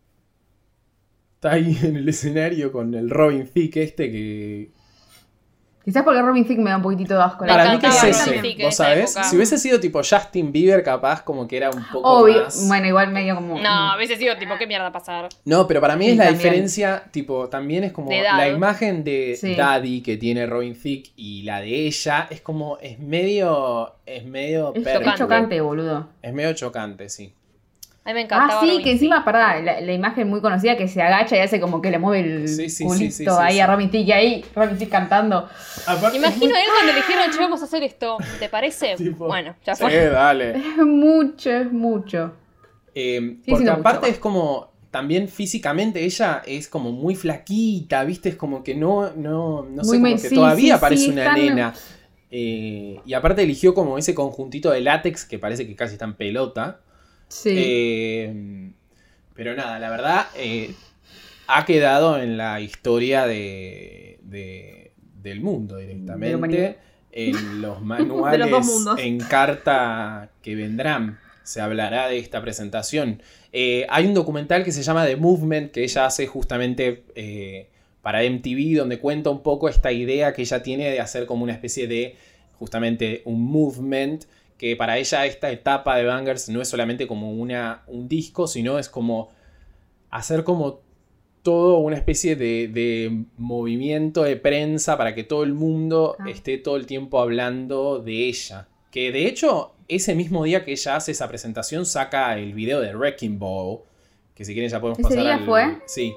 Está ahí en el escenario con el Robin Thicke este que. Quizás porque Robin Thicke me da un poquitito de asco. Me la Para mí verdad. que es encantaba ese. Robin Thicke en ¿Vos esa sabés? época. Si hubiese sido tipo Justin Bieber, capaz como que era un poco Obvio. más. Bueno, igual medio como. No, a veces digo, tipo, ¿qué mierda pasar? No, pero para mí Sí, es la también. diferencia, tipo, también es como De edad. la imagen de Sí. Daddy que tiene Robin Thicke y la de ella es como, es medio, es medio Es, perro. es chocante, boludo. Es medio chocante, sí. A mí me encantaba. Ah, sí, Robin que encima, pará, la, la imagen muy conocida que se agacha y hace como que le mueve el Sí, sí, sí, culito sí, sí, ahí sí. a Robin Thicke y ahí Robin Thicke cantando. Aparte, Imagino a él cuando le dijeron, che, vamos a hacer esto. ¿Te parece? Tipo, Bueno, ya sí, fue. dale. Es mucho, es mucho. Eh, Sí, porque siendo aparte mucho. es como, también físicamente ella es como muy flaquita, ¿viste? Es como que no, no, no sé, Muy como me- que sí, todavía sí, parece sí, una están- nena. Eh, y aparte eligió como ese conjuntito de látex que parece que casi está en pelota. Sí. Eh, pero nada, la verdad eh, ha quedado en la historia de, de- del mundo De la directamente. humanidad. En los De manuales los dos mundos. en carta que vendrán se hablará de esta presentación. Eh, hay un documental que se llama The Movement que ella hace justamente eh, para M T V, donde cuenta un poco esta idea que ella tiene de hacer como una especie de justamente un movement, que para ella esta etapa de Bangers no es solamente como una, un disco, sino es como hacer como todo una especie de, de movimiento de prensa para que todo el mundo Ah. esté todo el tiempo hablando de ella. Que de hecho, ese mismo día que ella hace esa presentación, saca el video de Wrecking Ball, que si quieren ya podemos ¿Ese pasar día al... fue? Sí.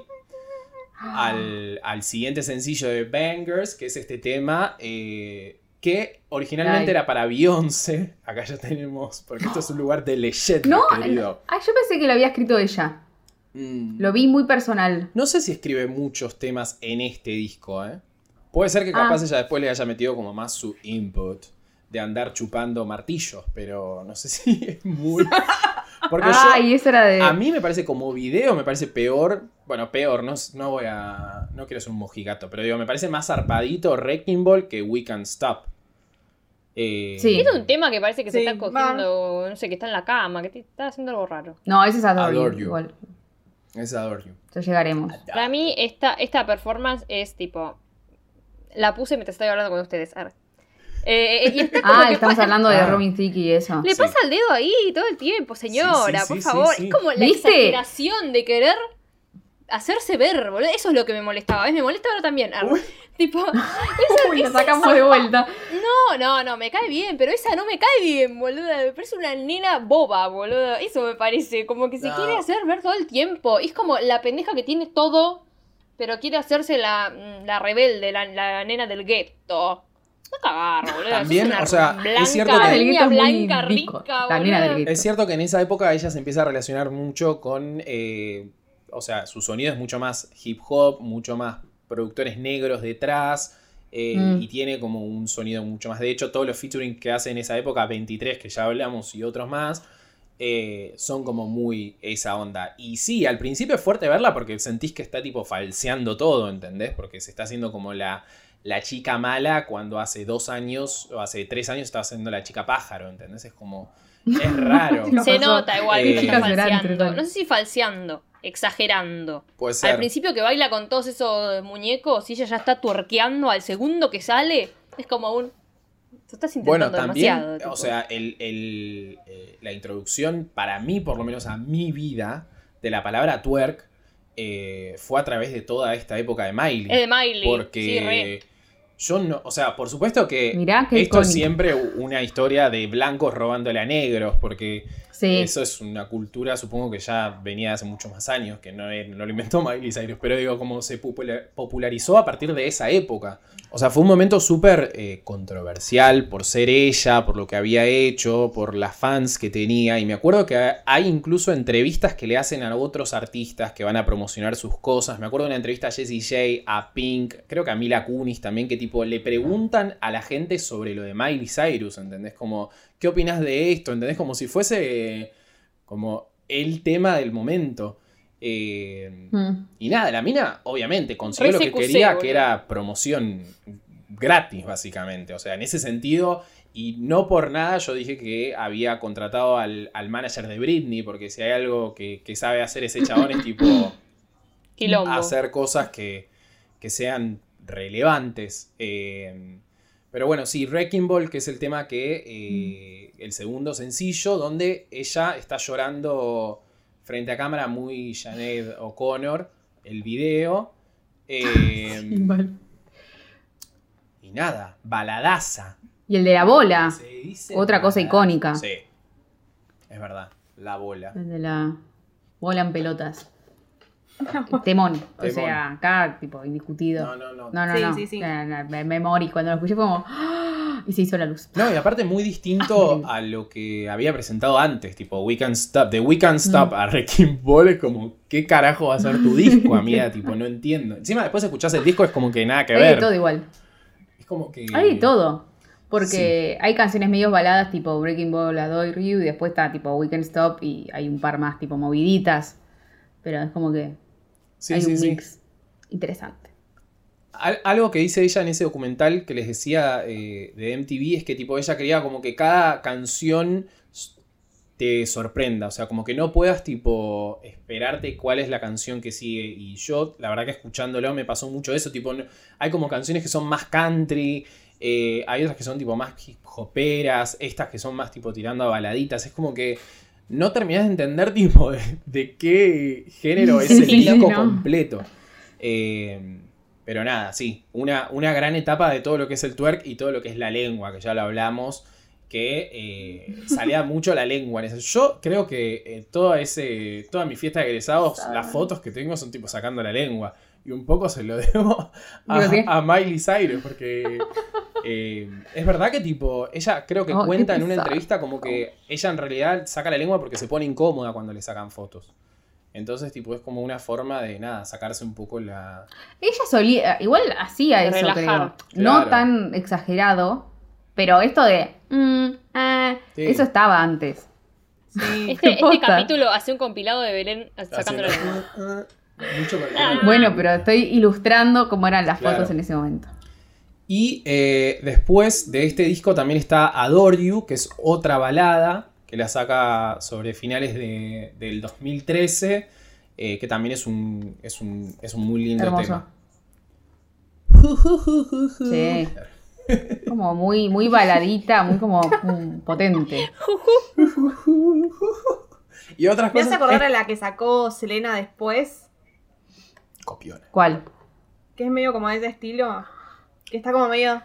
Al, al siguiente sencillo de Bangers, que es este tema, eh, que originalmente Ay. era para Beyoncé. Acá ya tenemos, porque esto es un lugar de leyenda, No, querido. Ay, yo pensé que lo había escrito ella. Mm. Lo vi muy personal. No sé si escribe muchos temas en este disco, ¿eh? Puede ser que capaz Ah. ella después le haya metido como más su input de andar chupando martillos, pero no sé si es muy... Porque Ah, yo, y eso era de. a mí me parece como video, me parece peor, bueno, peor, no, no voy a... No quiero ser un mojigato, pero digo, me parece más zarpadito Wrecking Ball que We Can't Stop. Eh, Sí. Es un tema que parece que se Sí, está cogiendo, no sé, que está en la cama, que te- está haciendo algo raro. No, ese es Adore, Adore You, You. igual. Es Adore You. Ya llegaremos. Para mí, esta, esta performance es tipo. La puse mientras estaba hablando con ustedes. Arre. Eh, y está como Ah, que estamos pasa- hablando de Ah. Robin Thicke y eso. Le Sí. pasa el dedo ahí todo el tiempo, señora, Sí, sí, por sí, favor. sí, sí. Es como la ¿Viste? exageración de querer hacerse ver, boludo. Eso es lo que me molestaba. ¿Ves? Me molesta ahora también. Arre. Uy. Tipo, Uy, la sacamos de vuelta. no, no, no, me cae bien, pero esa no me cae bien, boluda. Me parece una nena boba, boludo. Eso me parece. Como que se No. quiere hacer ver todo el tiempo. Y es como la pendeja que tiene todo, pero quiere hacerse la, la rebelde, la, la nena del gueto. No cagar, boludo. También, Sos una o sea, es blanca, cierto que- niña El gueto es muy blanca, rico. rica, La nena del boludo. gueto. Es cierto que en esa época ella se empieza a relacionar mucho con, eh, o sea, su sonido es mucho más hip hop, mucho más productores negros detrás, eh, Mm. y tiene como un sonido mucho más. De hecho, todos los featuring que hace en esa época, veintitrés que ya hablamos y otros más, eh, son como muy esa onda. Y sí, al principio es fuerte verla porque sentís que está tipo falseando todo, ¿entendés? Porque se está haciendo como la... la chica mala cuando hace dos años o hace tres años estaba haciendo la chica pájaro, ¿entendés? Es como... Es raro. No Se pasó. nota igual que Eh, está Chicas verán, falseando. pero- No sé si falseando, exagerando. Puede ser. Al principio que baila con todos esos muñecos y ella ya está tuerqueando al segundo que sale, es como un... Tú estás Bueno, intentando también, demasiado. tipo. o sea, el, el, eh, la introducción para mí, por lo menos a mi vida, de la palabra twerk, eh, fue a través de toda esta época de Miley. Es de Miley. Porque Sí, re. Yo no, o sea, por supuesto que Mirá qué esto es icónico. siempre una historia de blancos robándole a negros, porque Sí. eso es una cultura, supongo que ya venía hace muchos más años, que no, no lo inventó Miley Cyrus, pero digo, como se popular- popularizó a partir de esa época. O sea, fue un momento súper eh, controversial por ser ella, por lo que había hecho, por las fans que tenía. Y me acuerdo que hay incluso entrevistas que le hacen a otros artistas que van a promocionar sus cosas. Me acuerdo de una entrevista a Jessie J, a Pink, creo que a Mila Kunis también, que tipo le preguntan a la gente sobre lo de Miley Cyrus, ¿entendés? Como, ¿qué opinas de esto? ¿Entendés? Como si fuese eh, como el tema del momento. Eh, Mm. y nada, la mina obviamente consiguió Re lo que C Q C, quería, boludo. que era promoción gratis básicamente. O sea, en ese sentido, y no por nada yo dije que había contratado al, al manager de Britney, porque si hay algo que, que sabe hacer ese chabón es tipo Quilombo. hacer cosas que, que sean relevantes. Eh, pero bueno, sí, Wrecking Ball, que es el tema que, eh, el segundo sencillo, donde ella está llorando frente a cámara, muy Sinead O'Connor, el video. Eh, Vale. y nada, baladaza. Y el de la bola. Se dice Otra cosa baladaza. icónica. Sí, es verdad, la bola. El de la bola en pelotas. Temón. O Temón. sea, acá, tipo, indiscutido. No, no, no. No, no, Sí, no. sí, sí. No, no, me, me morí. Cuando lo escuché fue como... ¡ah! Y se hizo la luz. No, y aparte muy distinto a lo que había presentado antes, tipo We Can't Stop, de We Can't Stop Mm. a Wrecking Ball es como, ¿qué carajo va a ser tu disco, amiga? Tipo, no entiendo. Encima después escuchás el disco es como que nada que Hay de ver. todo igual. Es como que... Hay de todo. Porque hay canciones medio baladas tipo Breaking Ball, Adore You, y después está tipo We Can Stop y hay un par más tipo moviditas. Pero es como que Sí, hay sí, un sí. mix interesante. Al- algo que dice ella en ese documental que les decía eh, de M T V es que tipo ella quería como que cada canción s- te sorprenda, o sea, como que no puedas tipo esperarte cuál es la canción que sigue. Y yo, la verdad que escuchándolo me pasó mucho eso, tipo, no- hay como canciones que son más country, eh, hay otras que son tipo más hip hoperas, estas que son más tipo tirando a baladitas, es como que no terminás de entender tipo de, de qué género es Sí, el sí, disco ¿no? completo. Eh, pero nada, sí, una, una gran etapa de todo lo que es el twerk y todo lo que es la lengua, que ya lo hablamos, que eh, salía mucho la lengua. en ese- Yo creo que eh, toda, ese, toda mi fiesta de egresados, las fotos que tengo son tipo sacando la lengua. Y un poco se lo debo a, ¿Por qué? a Miley Cyrus, porque eh, es verdad que tipo, ella creo que Oh, qué cuenta en una pesado. entrevista como que ella en realidad saca la lengua porque se pone incómoda cuando le sacan fotos. Entonces, tipo, es como una forma de, nada, sacarse un poco la... Ella solía, igual hacía De eso, relajar. creo. Claro. No tan exagerado, pero esto de... mm, ah, Sí. eso estaba antes. Sí. Este, este Posta. capítulo hace un compilado de Belén sacando la haciendo- lengua. Mucho por el Ah. tema. Bueno, pero estoy ilustrando cómo eran las Claro. fotos en ese momento. Y eh, después de este disco también está Adore You, que es otra balada que la saca sobre finales de- del dos mil trece, eh, que también es un, es un, es un muy lindo Hermoso. tema. Sí. Como muy, muy baladita, muy como mm, potente. Y otras Me cosas... hace acordar eh, a la que sacó Selena después, copiona. ¿Cuál? que es medio como de ese estilo, que está como medio...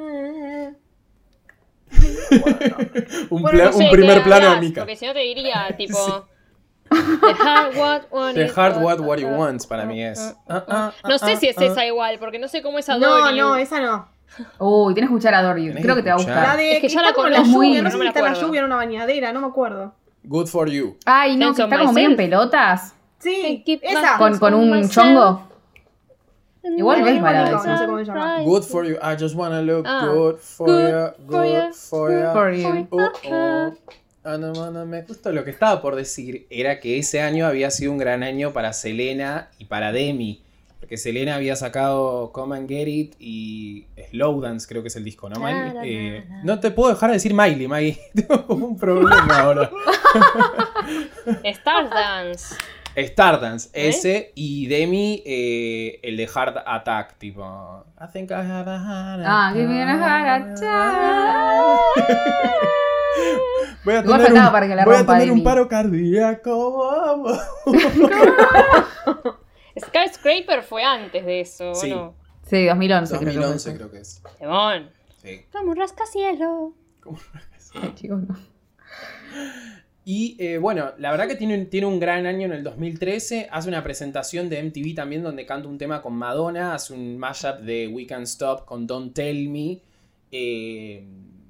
Un, Bueno, pla- no un sé primer qué plano de hablas, Mika. Porque si no te diría, tipo. The Heart What What The It Heart Was. What What You Want para mí es. Ah, ah, No sé ah, si es ah. esa igual, porque no sé cómo es No, Adore no, You. esa no. Uy, tienes que escuchar Adore You. Tenés Creo que que te va a escuchar. gustar. La de Es que ya está la como en la conozco, lluvia, pero no no sé me si la está en la acuerdo. lluvia en una bañadera, no me acuerdo. Good for you. Ay, no, Sense que of está como medio en Myself. pelotas. Sí, Keep my esa. Con, con un myself. chongo. Igual no es balada No, eso. no sé cómo se llama. Good for you. I just wanna look Ah. good for Good ya. for ya. Good for ya. For you. Oh, oh. Ah, no, no, no, me- Justo lo que estaba por decir era que ese año había sido un gran año para Selena y para Demi. Porque Selena había sacado Come and Get It y Slow Dance, creo que es el disco, ¿no, Miley? Na, na, Eh, na, na. no te puedo dejar de decir Miley, Maggie. Tengo como un problema ahora. Stardance. Stardance, ¿Eh? ese, y Demi, eh, el de Heart Attack, tipo. I think I have a heart Ah, attack. give me a heart attack. Voy a Igual tener, faltaba un, para que la voy a rompa tener un Demi. paro cardíaco. vamos. Skyscraper fue antes de eso, ¿o Sí. no? Sí, dos mil once, dos mil once creo creo que es. Demón. Sí. Como un rascacielos. ¿Cómo? que fue. Chicos, no. Y eh, bueno, la verdad que tiene un, tiene un gran año en el dos mil trece. Hace una presentación de M T V también donde canta un tema con Madonna. Hace un mashup de We Can't Stop con Don't Tell Me. Eh,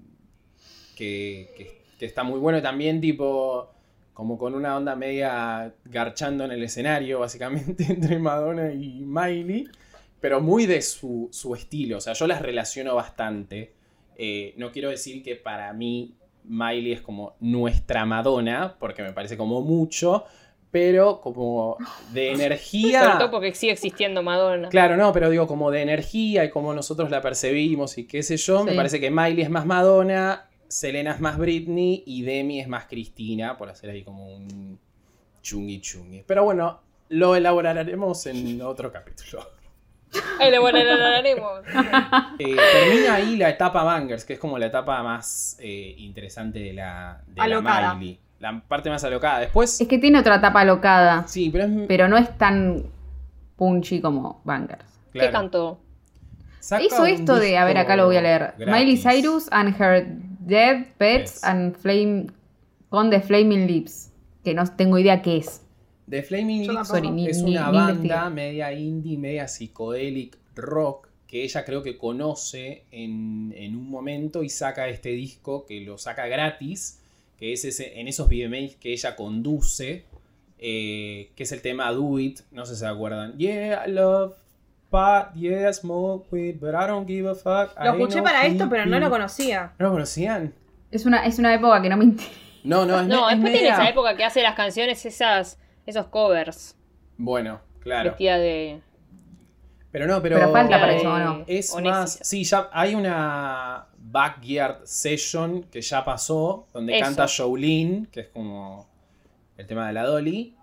que, que, que está muy bueno también, tipo, como con una onda media garchando en el escenario, básicamente, entre Madonna y Miley. Pero muy de su, su estilo. O sea, yo las relaciono bastante. Eh, no quiero decir que para mí Miley es como nuestra Madonna, porque me parece como mucho, pero como de energía... Sobre todo porque sigue existiendo Madonna. Claro, no, pero digo como de energía y como nosotros la percibimos y qué sé yo, Sí. me parece que Miley es más Madonna, Selena es más Britney y Demi es más Cristina, por hacer ahí como un chungui chungui. Pero bueno, lo elaboraremos en otro capítulo. Ahí le bueno, lo haremos. Eh, termina ahí la etapa Bangers, que es como la etapa más eh, interesante de la, de la Alocada. Miley. La parte más alocada. Después, Es que tiene otra tapa alocada, sí, pero es... pero no es tan punchy como Bangers. claro. ¿Qué cantó? Saca Hizo un esto de, a ver, acá lo voy a leer. disco Miley gratis. Cyrus and her Dead Pets Yes. and Flame con The Flaming Lips, que no tengo idea qué es. The Flaming Yo Lips tampoco. Sorry, ni- es ni- una ni banda investigué. media indie, media psicodélic rock que ella creo que conoce en, en un momento y saca este disco que lo saca gratis, que es ese, en esos V M As que ella conduce, eh, que es el tema Do It, no sé si se acuerdan. Yeah, I love pot, yeah, smoke weed, but I don't give a fuck. I Lo ain't escuché no para esto, pero no hippie. lo conocía. ¿No lo conocían? Es una, es una época que no me interesa. No, no, es, No, me- es después tiene media- esa época que hace las canciones, esas, esos covers. Bueno, claro. Vestida de. Pero no, pero... Pero falta para de eso, ¿o no? Es Onexia. más, sí, ya hay una Backyard Session que ya pasó, donde Eso. canta Jolene, que es como el tema de la Dolly,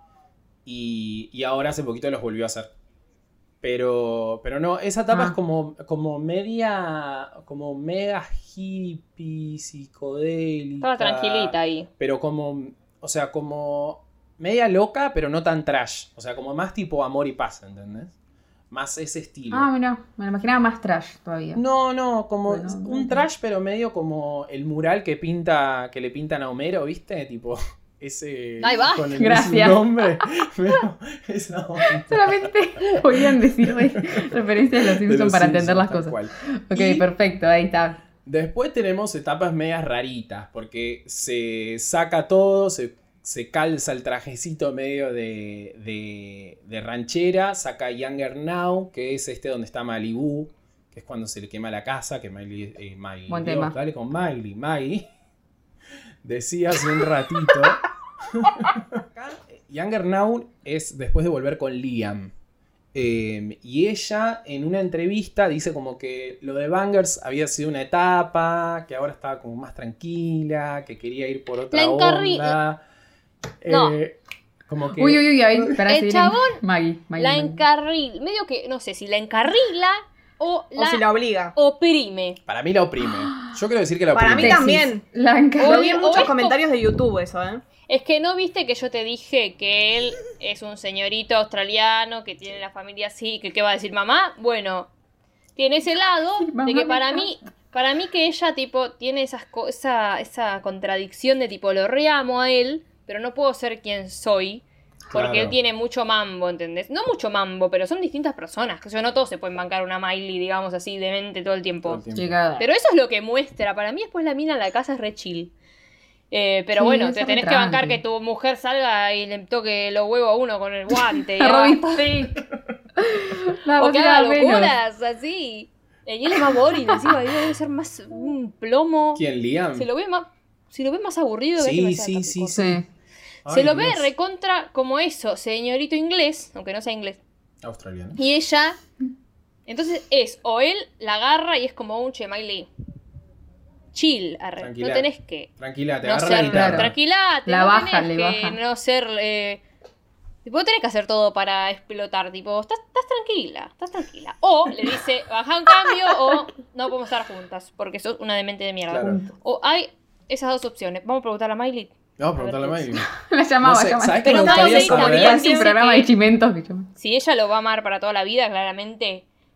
y, y ahora hace poquito los volvió a hacer. Pero, pero no, esa etapa Ah. es como, como media, como mega hippie, psicodélica. Estaba tranquilita ahí. Pero como, o sea, como media loca, pero no tan trash. O sea, como más tipo amor y paz, ¿entendés? Más ese estilo. Ah, mira, me lo imaginaba más trash todavía. No, no, como Bueno, un bueno. trash, pero medio como el mural que pinta, que le pintan a Homero, ¿viste? Tipo, ese Ahí va. con el Gracias. su nombre. Pero esa onda. Solamente podían decir de- referencias a los De Simpsons los para Simpsons, entender las tal cosas. cual. Ok, Y perfecto, ahí está. después tenemos etapas medias raritas, porque se saca todo, se, se calza el trajecito medio de, de, de ranchera, saca Younger Now, que es este donde está Malibu, que es cuando se le quema la casa, que Miley... eh, Miley Buen Dios, tema. dale con Miley, Miley. Decía hace un ratito. Younger Now es después de volver con Liam. Eh, y ella en una entrevista dice como que lo de Bangers había sido una etapa, que ahora estaba como más tranquila, que quería ir por otra La encarri- onda. No. Eh, como que... Uy, uy, uy, ahí, espera, El si viene chabón Maggie, Maggie, La Maggie. encarrila. Medio que, no sé si la encarrila o O la si la obliga. oprime. Para mí la oprime. Yo quiero decir que la Para oprime. mí también. La Lo encarga. vi en o muchos es comentarios de YouTube eso, ¿eh? Es que no viste que yo te dije que él es un señorito australiano, que tiene la familia así, que qué va a decir mamá. Bueno, tiene ese lado Sí, de mamá que me para caga. mí, para mí que ella tipo tiene esas co- esa, esa contradicción de tipo lo reamo a él, pero no puedo ser quien soy. Porque Claro. él tiene mucho mambo, ¿entendés? No mucho mambo, pero son distintas personas. Que yo no todos se pueden bancar una Miley, digamos así, demente todo el tiempo. Todo el tiempo. Chica, Pero eso es lo que muestra. Para mí después la mina en la casa es re chill. Eh, pero Sí, bueno, es te re tenés que bancar tranqui. que tu mujer salga y le toque los huevos a uno con el guante. y a Robin abajo. Thicke. No, O vos que era haga menos. locuras, así. Y él es más boring, encima debe ser más un plomo. ¿Quién, Liam? Se lo ve más, se lo ve más aburrido que Sí, este sí, mensaje, sí, tipo. Sí. Se Ay, lo ve Dios. recontra como eso, señorito inglés, aunque no sea inglés. Australiano. Y ella, entonces es, o él la agarra y es como un che, Miley. Chill, arre. Tranquila. No tenés que Tranquila, te no agarra la ser, guitarra. tranquilate, La no baja, tenés le que baja. no ser, eh, tipo, no tenés que hacer todo para explotar, tipo, estás, estás tranquila, estás tranquila. O le dice, baja un cambio o no podemos estar juntas, porque sos una demente de mierda. Claro. O hay esas dos opciones. Vamos a preguntarle a Miley. Vamos a preguntarle a A ver, Miley. La llamaba, No sé, llamaba. ¿sabés qué Pero me vamos gustaría a ir saber? también. Parece un Dice programa que- de chimentos que yo- Si ella lo va a amar para toda la vida, claramente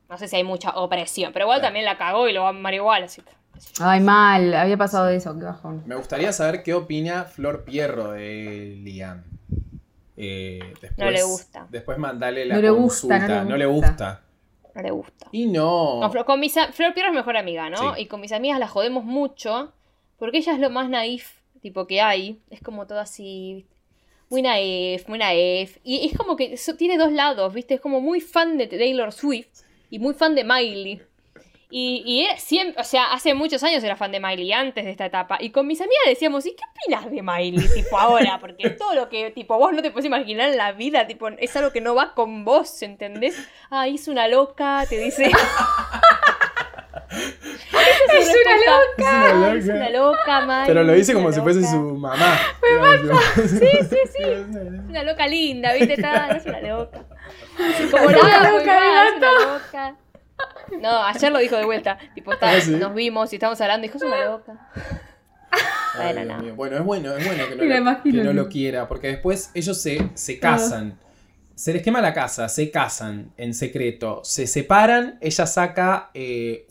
No sé si hay mucha opresión, pero igual también la cagó y lo va a amar igual, así que... Ay, mal, había pasado eso, qué bajón. Me gustaría saber qué opina Flor Pierro de Liam. Eh, después, No le gusta. Después mandale la No le consulta. gusta, No le gusta. No le gusta. Y no. Con Flor, con mis, a- Flor Pierro es mejor amiga, ¿no? Sí. Y con mis amigas la jodemos mucho, porque ella es lo más naif, tipo, que hay. Es como todo así... Muy naif, muy naif. Y es como que eso tiene dos lados, ¿viste? Es como muy fan de Taylor Swift y muy fan de Miley. Y, y era siempre, o sea, hace muchos años era fan de Miley, antes de esta etapa. Y con mis amigas decíamos, ¿y qué opinas de Miley? Tipo, ahora, porque todo lo que, tipo, vos no te puedes imaginar en la vida, tipo, es algo que no va con vos, ¿entendés? Ah, es una loca, te dice. ¡Es una loca! "Ah, es una loca, Miley. Pero lo dice es como una si fuese loca". su mamá. Sí, sí, sí. Es una loca linda, ¿viste? Está, es una loca. Sí, como la loca, es una loca. No, ayer lo dijo de vuelta. Tipo, está, Ah, ¿sí? nos vimos y estábamos hablando y dijo, es una loca. Ay, Bueno, Dios no. mío. Bueno, es bueno, es bueno que no, Me la lo, imagino. que no lo quiera, porque después ellos se, se casan. Se les quema la casa, se casan en secreto, se separan, ella saca eh,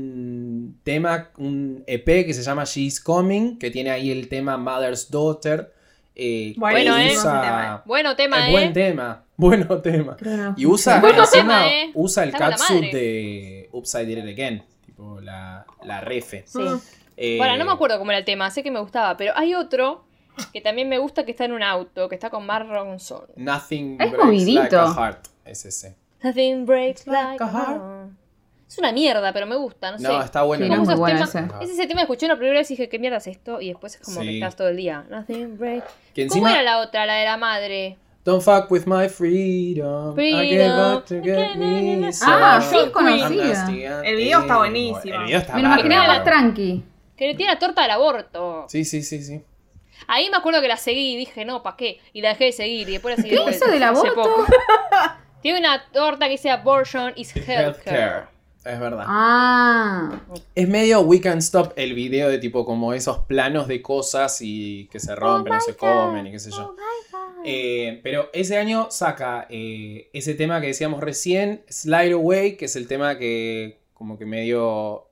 un tema, un E P que se llama She's Coming, que tiene ahí el tema Mother's Daughter. Eh, que Bueno, ¿eh? usa- Ese tema, Bueno tema, es ¿eh? buen tema, bueno tema. Creo que no. Y usa, Bueno encima, tema, ¿eh? usa el Está con la catsup madre. de Upside Down Again, tipo la, la refe. Sí. Eh, Bueno, no me acuerdo cómo era el tema, sé que me gustaba, pero hay otro que también me gusta que está en un auto, que está con Mark Ronson. Nothing Es breaks movidito. like a heart, es ese. Nothing breaks Like like a a heart. heart. Es una mierda, pero me gusta, no sé. No, está bueno. Sí, Como no es muy esos bueno temas- ese. Es ese tema que escuché una primera vez y dije, ¿qué mierda es esto? Y después es como Sí. que estás todo el día. Nothing breaks. Que ¿Cómo encima, era la otra, la de la madre? don't fuck with my freedom. I gave Freedom. up to get me Ah, some. sí, conocida. I'm nasty and El video está evil. buenísimo. El video está Me lo imaginaba bárbaro. más tranqui. Que le tiene la torta del aborto. Sí, sí, sí, sí. Ahí me acuerdo que la seguí y dije, no, ¿para qué? Y la dejé de seguir y después la seguí de ¿Qué vuelta. hizo del hace aborto? poco. Tiene una torta que dice abortion is healthcare. Healthcare. Es verdad. Ah. Es medio We Can't Stop el video de tipo como esos planos de cosas y que se rompen o se comen y qué sé yo. Eh, pero ese año saca eh, ese tema que decíamos recién, Slide Away, que es el tema que como que medio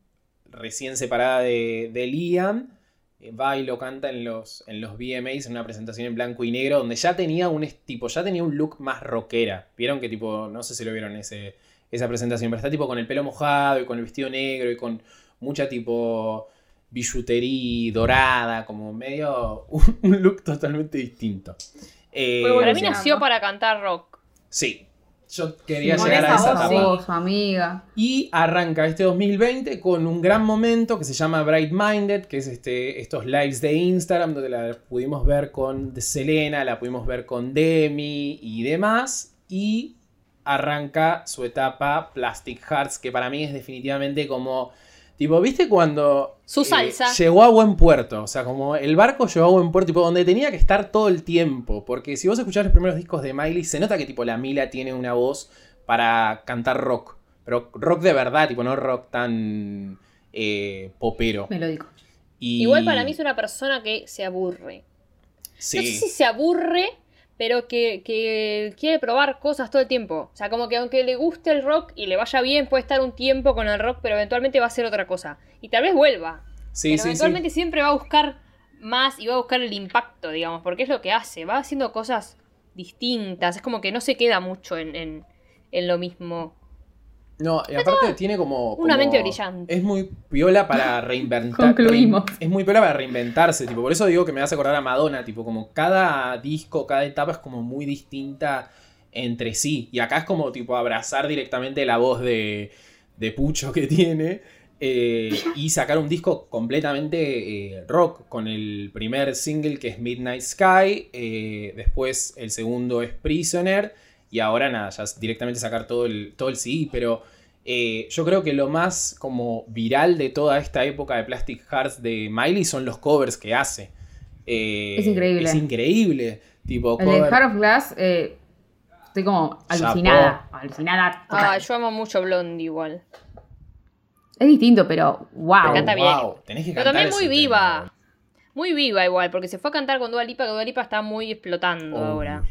recién separada de, de Liam. Eh, va y lo canta en los, en los V M As en una presentación en blanco y negro donde ya tenía un es- tipo, ya tenía un look más rockera. Vieron que tipo, no sé si lo vieron ese, esa presentación, pero está tipo con el pelo mojado y con el vestido negro y con mucha tipo billutería dorada, como medio un, un look totalmente distinto. Eh, Muy bueno. Para mí Evolucionando. nació para cantar rock. Sí, yo quería Con llegar a esa esa voz, etapa. sí. Vos, amiga. Y arranca este dos mil veinte con un gran momento que se llama Bright Minded, que es este, estos lives de Instagram donde la pudimos ver con Selena, la pudimos ver con Demi y demás. Y arranca su etapa Plastic Hearts, que para mí es definitivamente como... Tipo, ¿viste cuando Su eh, salsa. llegó a buen puerto? O sea, como el barco llegó a buen puerto, tipo, donde tenía que estar todo el tiempo. Porque si vos escuchás los primeros discos de Miley, se nota que tipo la Mila tiene una voz para cantar rock. Pero rock de verdad, tipo, no rock tan eh, popero. Melódico. Y... Igual para mí es una persona que se aburre. Sí. No sé si se aburre, pero que, que quiere probar cosas todo el tiempo. O sea, como que aunque le guste el rock y le vaya bien, puede estar un tiempo con el rock, pero eventualmente va a hacer otra cosa. Y tal vez vuelva. Sí, pero sí, eventualmente sí. siempre va a buscar más y va a buscar el impacto, digamos, porque es lo que hace. Va haciendo cosas distintas. Es como que no se queda mucho en, en, en lo mismo. No, y aparte tiene como, Una como- mente brillante. Es muy piola para reinventar. Concluimos. rein- es muy piola para reinventarse, tipo. Por eso digo que me hace acordar a Madonna, tipo, como cada disco, cada etapa es como muy distinta entre sí. Y acá es como tipo abrazar directamente la voz de, de Pucho que tiene. eh, y sacar un disco completamente eh, rock. Con el primer single que es Midnight Sky. eh, después el segundo es Prisoner. Y ahora nada, ya es directamente sacar todo el, todo el C D, pero eh, yo creo que lo más como viral de toda esta época de Plastic Hearts de Miley son los covers que hace. Eh, Es increíble. Es increíble. Tipo, El de cover- Heart of Glass, eh, estoy como alucinada. Alucinada. total. Ah, yo amo mucho Blondie igual. Es distinto, pero wow. pero, canta bien. wow, tenés que Pero cantar también muy ese viva. tema. Muy viva igual, porque se fue a cantar con Dua Lipa, que Dua Lipa está muy explotando ahora. Obviously.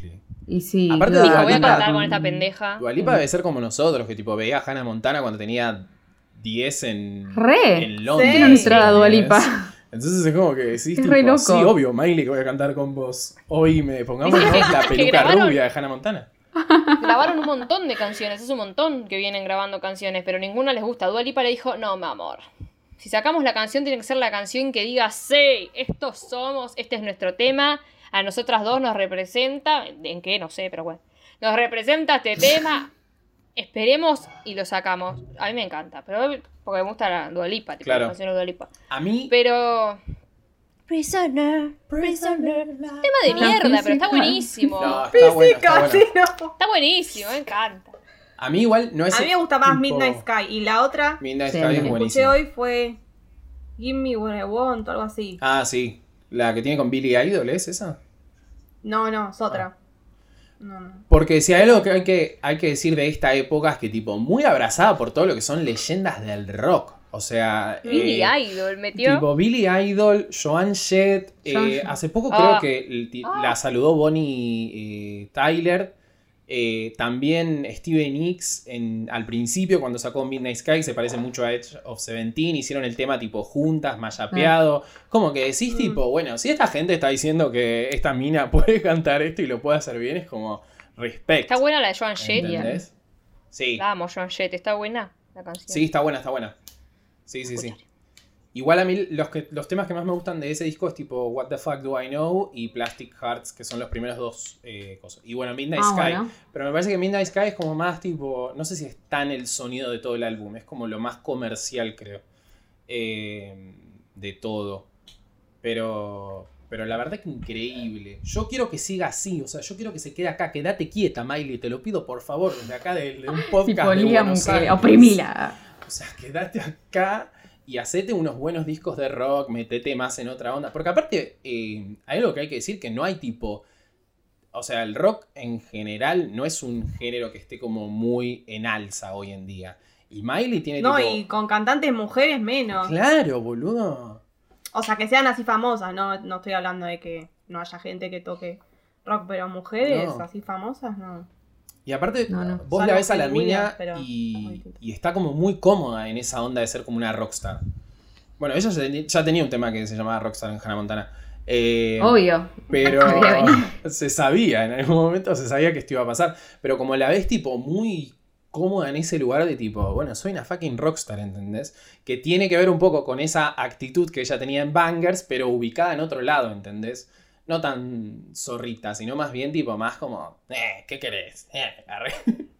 Y sí, Aparte, Dijo, Dua voy a Lipa- cantar con esta pendeja. Dua Lipa debe ser como nosotros, que tipo veía a Hannah Montana cuando tenía diez en, Re. en Londres. Sí. Tiene una entrada Dua Lipa. Entonces es como que decís, Es tipo, re loco. sí, obvio, Miley, que voy a cantar con vos. Hoy me pongamos Dice que- la que peluca grabaron- rubia de Hannah Montana. Grabaron un montón de canciones, es un montón que vienen grabando canciones, pero ninguna les gusta. Dua Lipa le dijo, no, mi amor. Si sacamos la canción, tiene que ser la canción que diga, sí, estos somos, este es nuestro tema, a nosotras dos nos representa, ¿en qué? No sé, pero bueno. Nos representa este tema, esperemos y lo sacamos. A mí me encanta, pero porque me gusta la Dua Lipa, tipo, Claro. la canción de Dua Lipa. A mí, Pero... Prisoner, prisoner. Tema de La mierda, pero está física. buenísimo. no, está bueno, está Física, bueno. sí, no. Está buenísimo, me encanta. A mí igual no es A mí me gusta más tipo- Midnight Sky. Y la otra Midnight Sí, Sky a mí es me que buenísimo. escuché hoy fue Give Me What I Want o algo así. Ah, sí. La que tiene con Billy Idol, ¿es esa? No, no, es otra. No, no. Porque si hay algo que hay que, hay que decir de esta época es que tipo muy abrazada por todo lo que son leyendas del rock. O sea, Billy eh, Idol metió. tipo Billy Idol, Joan Jett, eh, Joan Jett. hace poco Ah. creo que el ti- Ah. la saludó Bonnie eh, Tyler, eh, también Steven Nicks en, al principio cuando sacó Midnight Sky, se parece mucho a Edge of Seventeen, hicieron el tema tipo juntas, mayapeado, como que decís Mm. tipo, bueno, si esta gente está diciendo que esta mina puede cantar esto y lo puede hacer bien, es como respect. Está buena la de Joan Jett. ¿Entendés? Sí. La amo, Joan Jett. Está buena la canción. Sí, está buena, está buena. Sí, sí, sí. Escuchar. Igual a mí los, que, los temas que más me gustan de ese disco es tipo What the Fuck Do I Know y Plastic Hearts, que son los primeros dos eh, cosas. Y bueno, Midnight Ah, Sky. bueno. Pero me parece que Midnight Sky es como más tipo, no sé si es tan el sonido de todo el álbum, es como lo más comercial, creo, eh, de todo. Pero, pero la verdad que increíble. Yo quiero que siga así, o sea, yo quiero que se quede acá. Quédate quieta, Miley, te lo pido por favor, desde acá de, de un podcast Tipo, de Liam, Buenos que Aires. oprimila. O sea, quédate acá y hacete unos buenos discos de rock, metete más en otra onda. Porque aparte, eh, hay algo que hay que decir, que no hay tipo... O sea, el rock en general no es un género que esté como muy en alza hoy en día. Y Miley tiene No, tipo... y con cantantes mujeres menos. Claro, boludo. O sea, que sean así famosas, no, no estoy hablando de que no haya gente que toque rock, pero mujeres No. así famosas, no. Y aparte, No, no. vos Salvo la ves a la Hayley mina Williams, pero es muy y, distinto. y está como muy cómoda en esa onda de ser como una rockstar. Bueno, ella ya, teni- ya tenía un tema que se llamaba Rockstar en Hannah Montana. Eh, Obvio. Pero Sabía venir. se sabía, en algún momento se sabía que esto iba a pasar. Pero como la ves tipo muy cómoda en ese lugar de tipo, bueno, soy una fucking rockstar, ¿entendés? Que tiene que ver un poco con esa actitud que ella tenía en Bangers, pero ubicada en otro lado, ¿entendés? No tan zorrita, sino más bien tipo más como, eh, ¿qué querés? Eh, arre.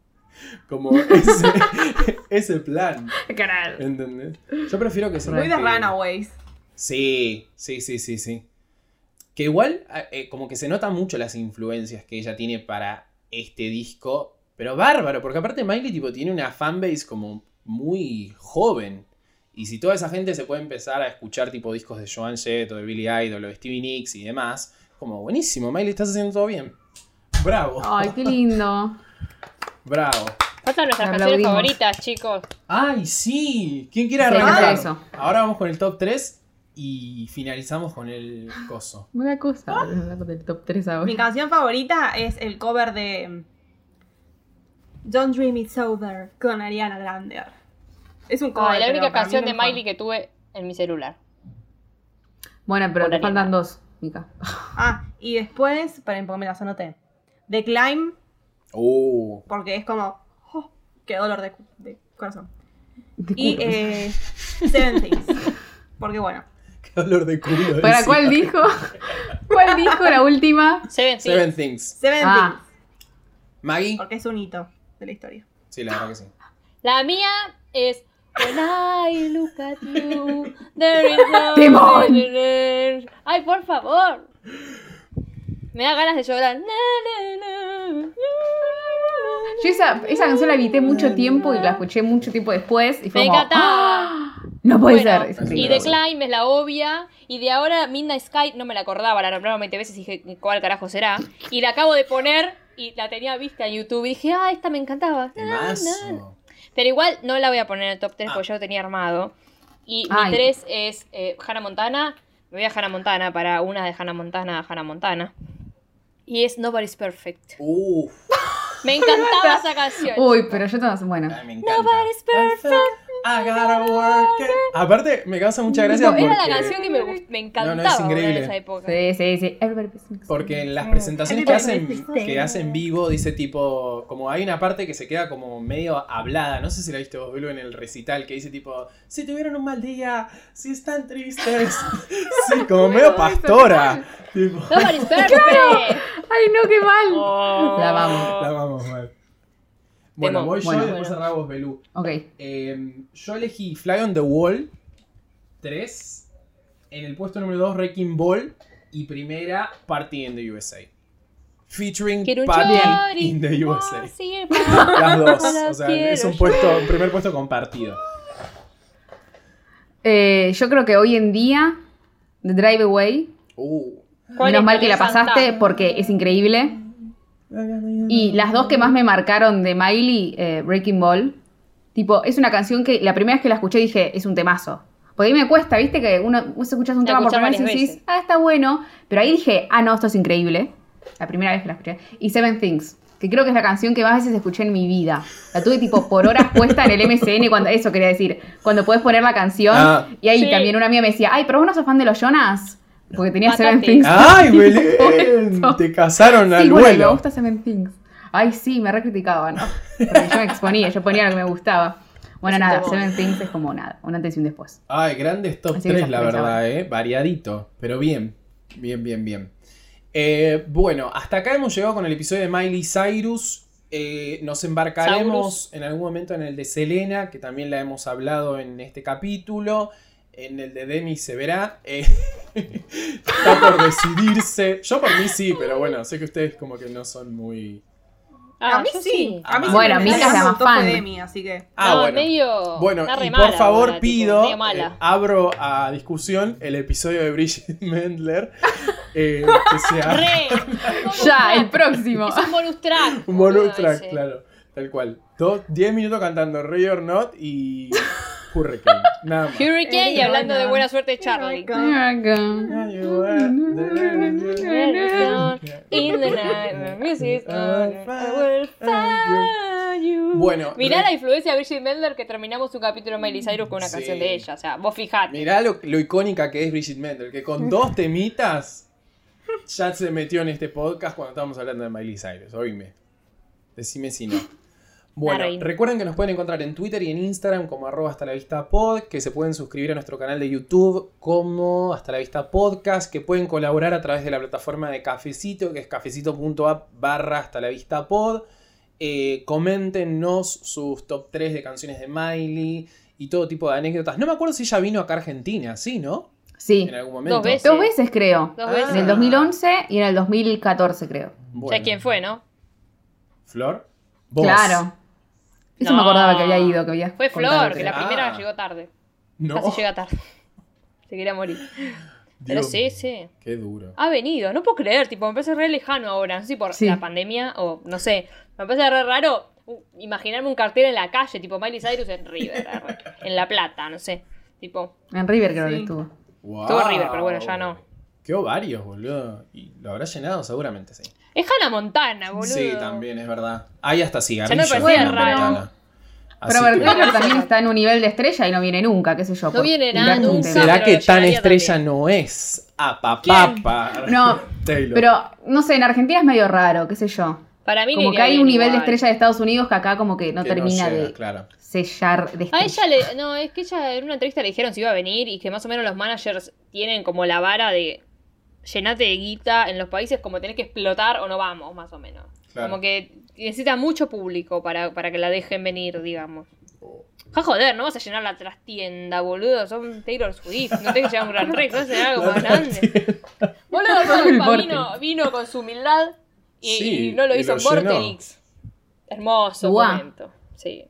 Como ese, ese plan, Canal. ¿entendés? Yo prefiero que se Muy de que- Runaways. Sí, sí, sí, sí, sí. Que igual, eh, como que se notan mucho las influencias que ella tiene para este disco. Pero bárbaro, porque aparte Miley tipo, tiene una fanbase como muy joven. Y si toda esa gente se puede empezar a escuchar tipo discos de Joan Jett o de Billy Idol o de Stevie Nicks y demás, como buenísimo, Miley, estás haciendo todo bien. Bravo, Ay, qué lindo. bravo. Faltan nuestras Le canciones aplaudimos. favoritas, chicos. ¡Ay, sí! ¿Quién quiere Sí, arrancar? eso. Ahora vamos con el top tres y finalizamos con el coso. Una cosa, hablando del top tres ahora. Mi canción favorita es el cover de Don't Dream It's Over con Ariana Grande. Es un cover. Ay, la pero única para mí canción es de mejor. Miley que tuve en mi celular. Bueno, pero Con te Ariana. faltan dos, Mica. Ah, y después, para porque me las anoté. The Climb, Uh, porque es como. Oh, qué dolor de, de corazón. De Y culo. eh, Seven Things. Porque bueno. qué dolor de culo. ¿Para decía. cuál dijo? ¿Cuál dijo la última? Seven Things. Seven Things. Seven Ah. Things. Maggie. Porque es un hito de la historia. Sí, la verdad que sí. La mía es When I look at you, there is no ¡Timón! there. Ay, por favor. Me da ganas de llorar. Na, na, na. Yo esa, esa canción la evité mucho tiempo y la escuché mucho tiempo después y fue Me como, encantaba. ¡ah! No puede Bueno, ser. Es y y increíble. The Climb es la obvia. Y de ahora Midnight Sky no me la acordaba, la nombraron veinte veces y dije, ¿cuál carajo será? Y la acabo de poner y la tenía vista en YouTube y dije, ah, esta me encantaba. Na, na, na. Temazo. Pero igual no la voy a poner en el top tres Ah. porque yo lo tenía armado. Y Ay. mi tres es eh, Hannah Montana. Me voy a Hannah Montana para una de Hannah Montana a Hannah Montana. Y es Nobody's Perfect. Uff. Me encantaba esa canción. Uy, pero yo no, bueno. Me encanta. Nobody's perfect. I gotta work it. Aparte, me causa mucha gracia porque... Era la canción que me, gust- me encantaba No, no, es increíble. en esa época. Sí, sí, sí. Everybody makes Porque en las sense. presentaciones que hacen, que hacen vivo, dice tipo, como hay una parte que se queda como medio hablada, no sé si la viste vos, Belu, en el recital, que dice tipo, si tuvieron un mal día, si están tristes, sí, como medio pastora. Tipo, Nobody's Perfect. Ay, no, qué mal. Oh. La vamos. la vamos mal. Bueno, Demo. voy yo Bueno. y después cerrá vos, Belu. Ok. Eh, yo elegí Fly on the Wall tres, en el puesto número dos Wrecking Ball y primera Party in the U S A. Featuring Quiero un Party chori. in the U S Ah, A. sí, Las dos, Las o sea, quiero es un yo. puesto, un primer puesto compartido. Eh, yo creo que hoy en día, The Drive Away, Uh. ¿Cuál menos es mal la que la de Santa? pasaste porque es increíble. Y las dos que más me marcaron de Miley, eh, Breaking Ball, tipo, es una canción que la primera vez que la escuché dije, es un temazo. Porque a mí me cuesta, viste, que uno, vos escuchás un La tema por escuchás primera vez y varias decís, veces. ah, está bueno. Pero ahí dije, ah, no, esto es increíble. La primera vez que la escuché. Y Seven Things, que creo que es la canción que más veces escuché en mi vida. La tuve tipo por horas puesta en el M C N, cuando, eso quería decir, cuando podés poner la canción. Ah. Y ahí Sí. también una amiga me decía, ay, pero vos no sos fan de los Jonas. Porque tenía Matate. Seven Things. ¡Ay, Belén! Eso. Te casaron al Sí, bueno, me vuelo. gusta Seven Things. Ay, sí, me recriticaban. Porque yo me exponía, yo ponía lo que me gustaba. Bueno, Es un nada, temón. Seven Things es como nada, un antes y un después. Ay, grandes top Así que tres, esas la tres verdad, ahora. ¿eh? Variadito, pero bien. Bien, bien, bien. Eh, bueno, hasta acá hemos llegado con el episodio de Miley Cyrus. Eh, nos embarcaremos en algún momento en el de Selena, que también la hemos hablado en este capítulo. En el de Demi se verá. Eh, está por decidirse. Yo por mí sí, pero bueno, sé que ustedes como que no son muy... Ah, a mí yo sí. A mí Ah, sí bueno, me Mika me es la más gustó fue fan. Demi, así que... Ah, no, bueno. medio. Bueno, está re y por mala favor ahora, tipo, pido, medio mala. eh, abro a discusión el episodio de Bridget Mendler, eh, que sea Re. Ya, el próximo. Es un bonus track. un bonus boludo, track, ese. claro, tal cual. Dos, diez minutos cantando Ready or Not y Hurricane, nada más. Hurricane y Eh, hablando de bueno. buena suerte, Charlie. Here I go. In the night, when music is on, I will find you. Bueno, Mirá re- la influencia de Bridget Mendler que terminamos un capítulo de Miley Cyrus con una Sí. canción de ella. O sea, vos fijate. Mirá lo, lo icónica que es Bridget Mendler, que con dos temitas ya se metió en este podcast cuando estábamos hablando de Miley Cyrus. Oíme. Decime si no. Bueno, La reina. recuerden que nos pueden encontrar en Twitter y en Instagram como arroba hasta la vista pod, que se pueden suscribir a nuestro canal de YouTube como hasta la vista podcast, que pueden colaborar a través de la plataforma de Cafecito, que es cafecito.app barra hasta la vista pod. Eh, coméntenos sus top tres de canciones de Miley y todo tipo de anécdotas. No me acuerdo si ella vino acá a Argentina, ¿sí, no? Sí, En algún momento. Dos veces. dos veces creo. Dos Ah. En veces. el dos mil once y en el dos mil catorce creo. Bueno. ¿Sabes quién fue, no? ¿Flor? ¿Vos? Claro. Eso No. me acordaba que había ido, que había Fue contado, Flor, que creo. la primera Ah. llegó tarde. No. Casi llega tarde. Se quería morir. Pero Dios sí, mío, sí. Qué duro. Ha venido, no puedo creer, tipo, me parece re lejano ahora, no sé si por Sí. la pandemia o no sé, me parece re raro uh, imaginarme un cartel en la calle, tipo Miley Cyrus en River, arre, en La Plata, no sé, tipo, En River creo Sí. que estuvo. Wow. Estuvo River, pero bueno, ya no. Qué ovarios, boludo. Y lo habrá llenado seguramente, sí. es Hannah Montana, boludo. Sí, también, es verdad. Hay hasta Ya cigarrillos. no me parecía en la raro. ventana. Pero Así que- Bert también está en un nivel de estrella y no viene nunca, qué sé yo. No por viene nada tirarte un nunca. tema. ¿Será pero que lo tan llenaría estrella también. no es? Ah, papá. No, Taylor. Pero, no sé, en Argentina es medio raro, qué sé yo. Para mí Como le que hay iría un bien nivel de igual. estrella de Estados Unidos que acá como que no Que no termina llega, de claro. sellar de A estrella. ella le, no, es que ella en una entrevista le dijeron si iba a venir y que más o menos los managers tienen como la vara de llenate de guita en los países como tenés que explotar o no vamos, más o menos. Claro. Como que necesita mucho público para, para que la dejen venir, digamos. Ja, joder, no vas a llenar la trastienda, boludo. Son Taylor Swift. No tenés que llevar un Gran Rex, vas a llenar algo más grande. Boludo, pero Vortex. vino, vino con su humildad y, Sí, y no lo y hizo lo en llenó. Vorterix. Hermoso Guau. momento. Sí.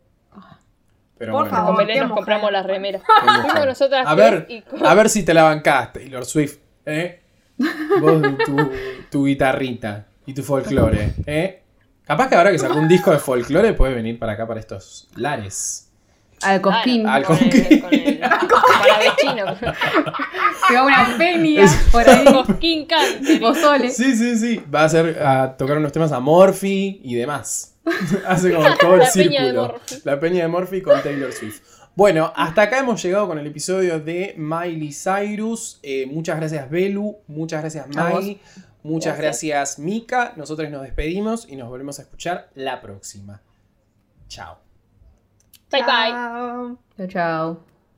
Pero Por bueno. favor. Con Belén qué nos mujer. compramos las remeras. qué mujer. Fuimos nosotras A tres ver, y con- a ver si te la bancás, Taylor Swift. ¿Eh? Vos, tu, tu guitarrita y tu folclore. ¿Eh? Capaz que ahora que sacó un disco de folclore puede venir para acá, para estos lares. Al Cosquín. Al con el- Cosquín. con el- para Clavechino. Se va una peña por ahí. Cosquín Country. Pozole. Sí, sí, sí. Va a hacer a tocar unos temas a Morphy y demás. Hace como todo el La círculo. peña de Morphy. La peña de Morphy con Taylor Swift. Bueno, hasta acá hemos llegado con el episodio de Miley Cyrus. Eh, muchas gracias, Belu. Muchas gracias, A vos. Mai. Muchas Gracias. gracias, Mika. Nosotros nos despedimos y nos volvemos a escuchar la próxima. Chao. Bye bye. Chao. Chao, chao.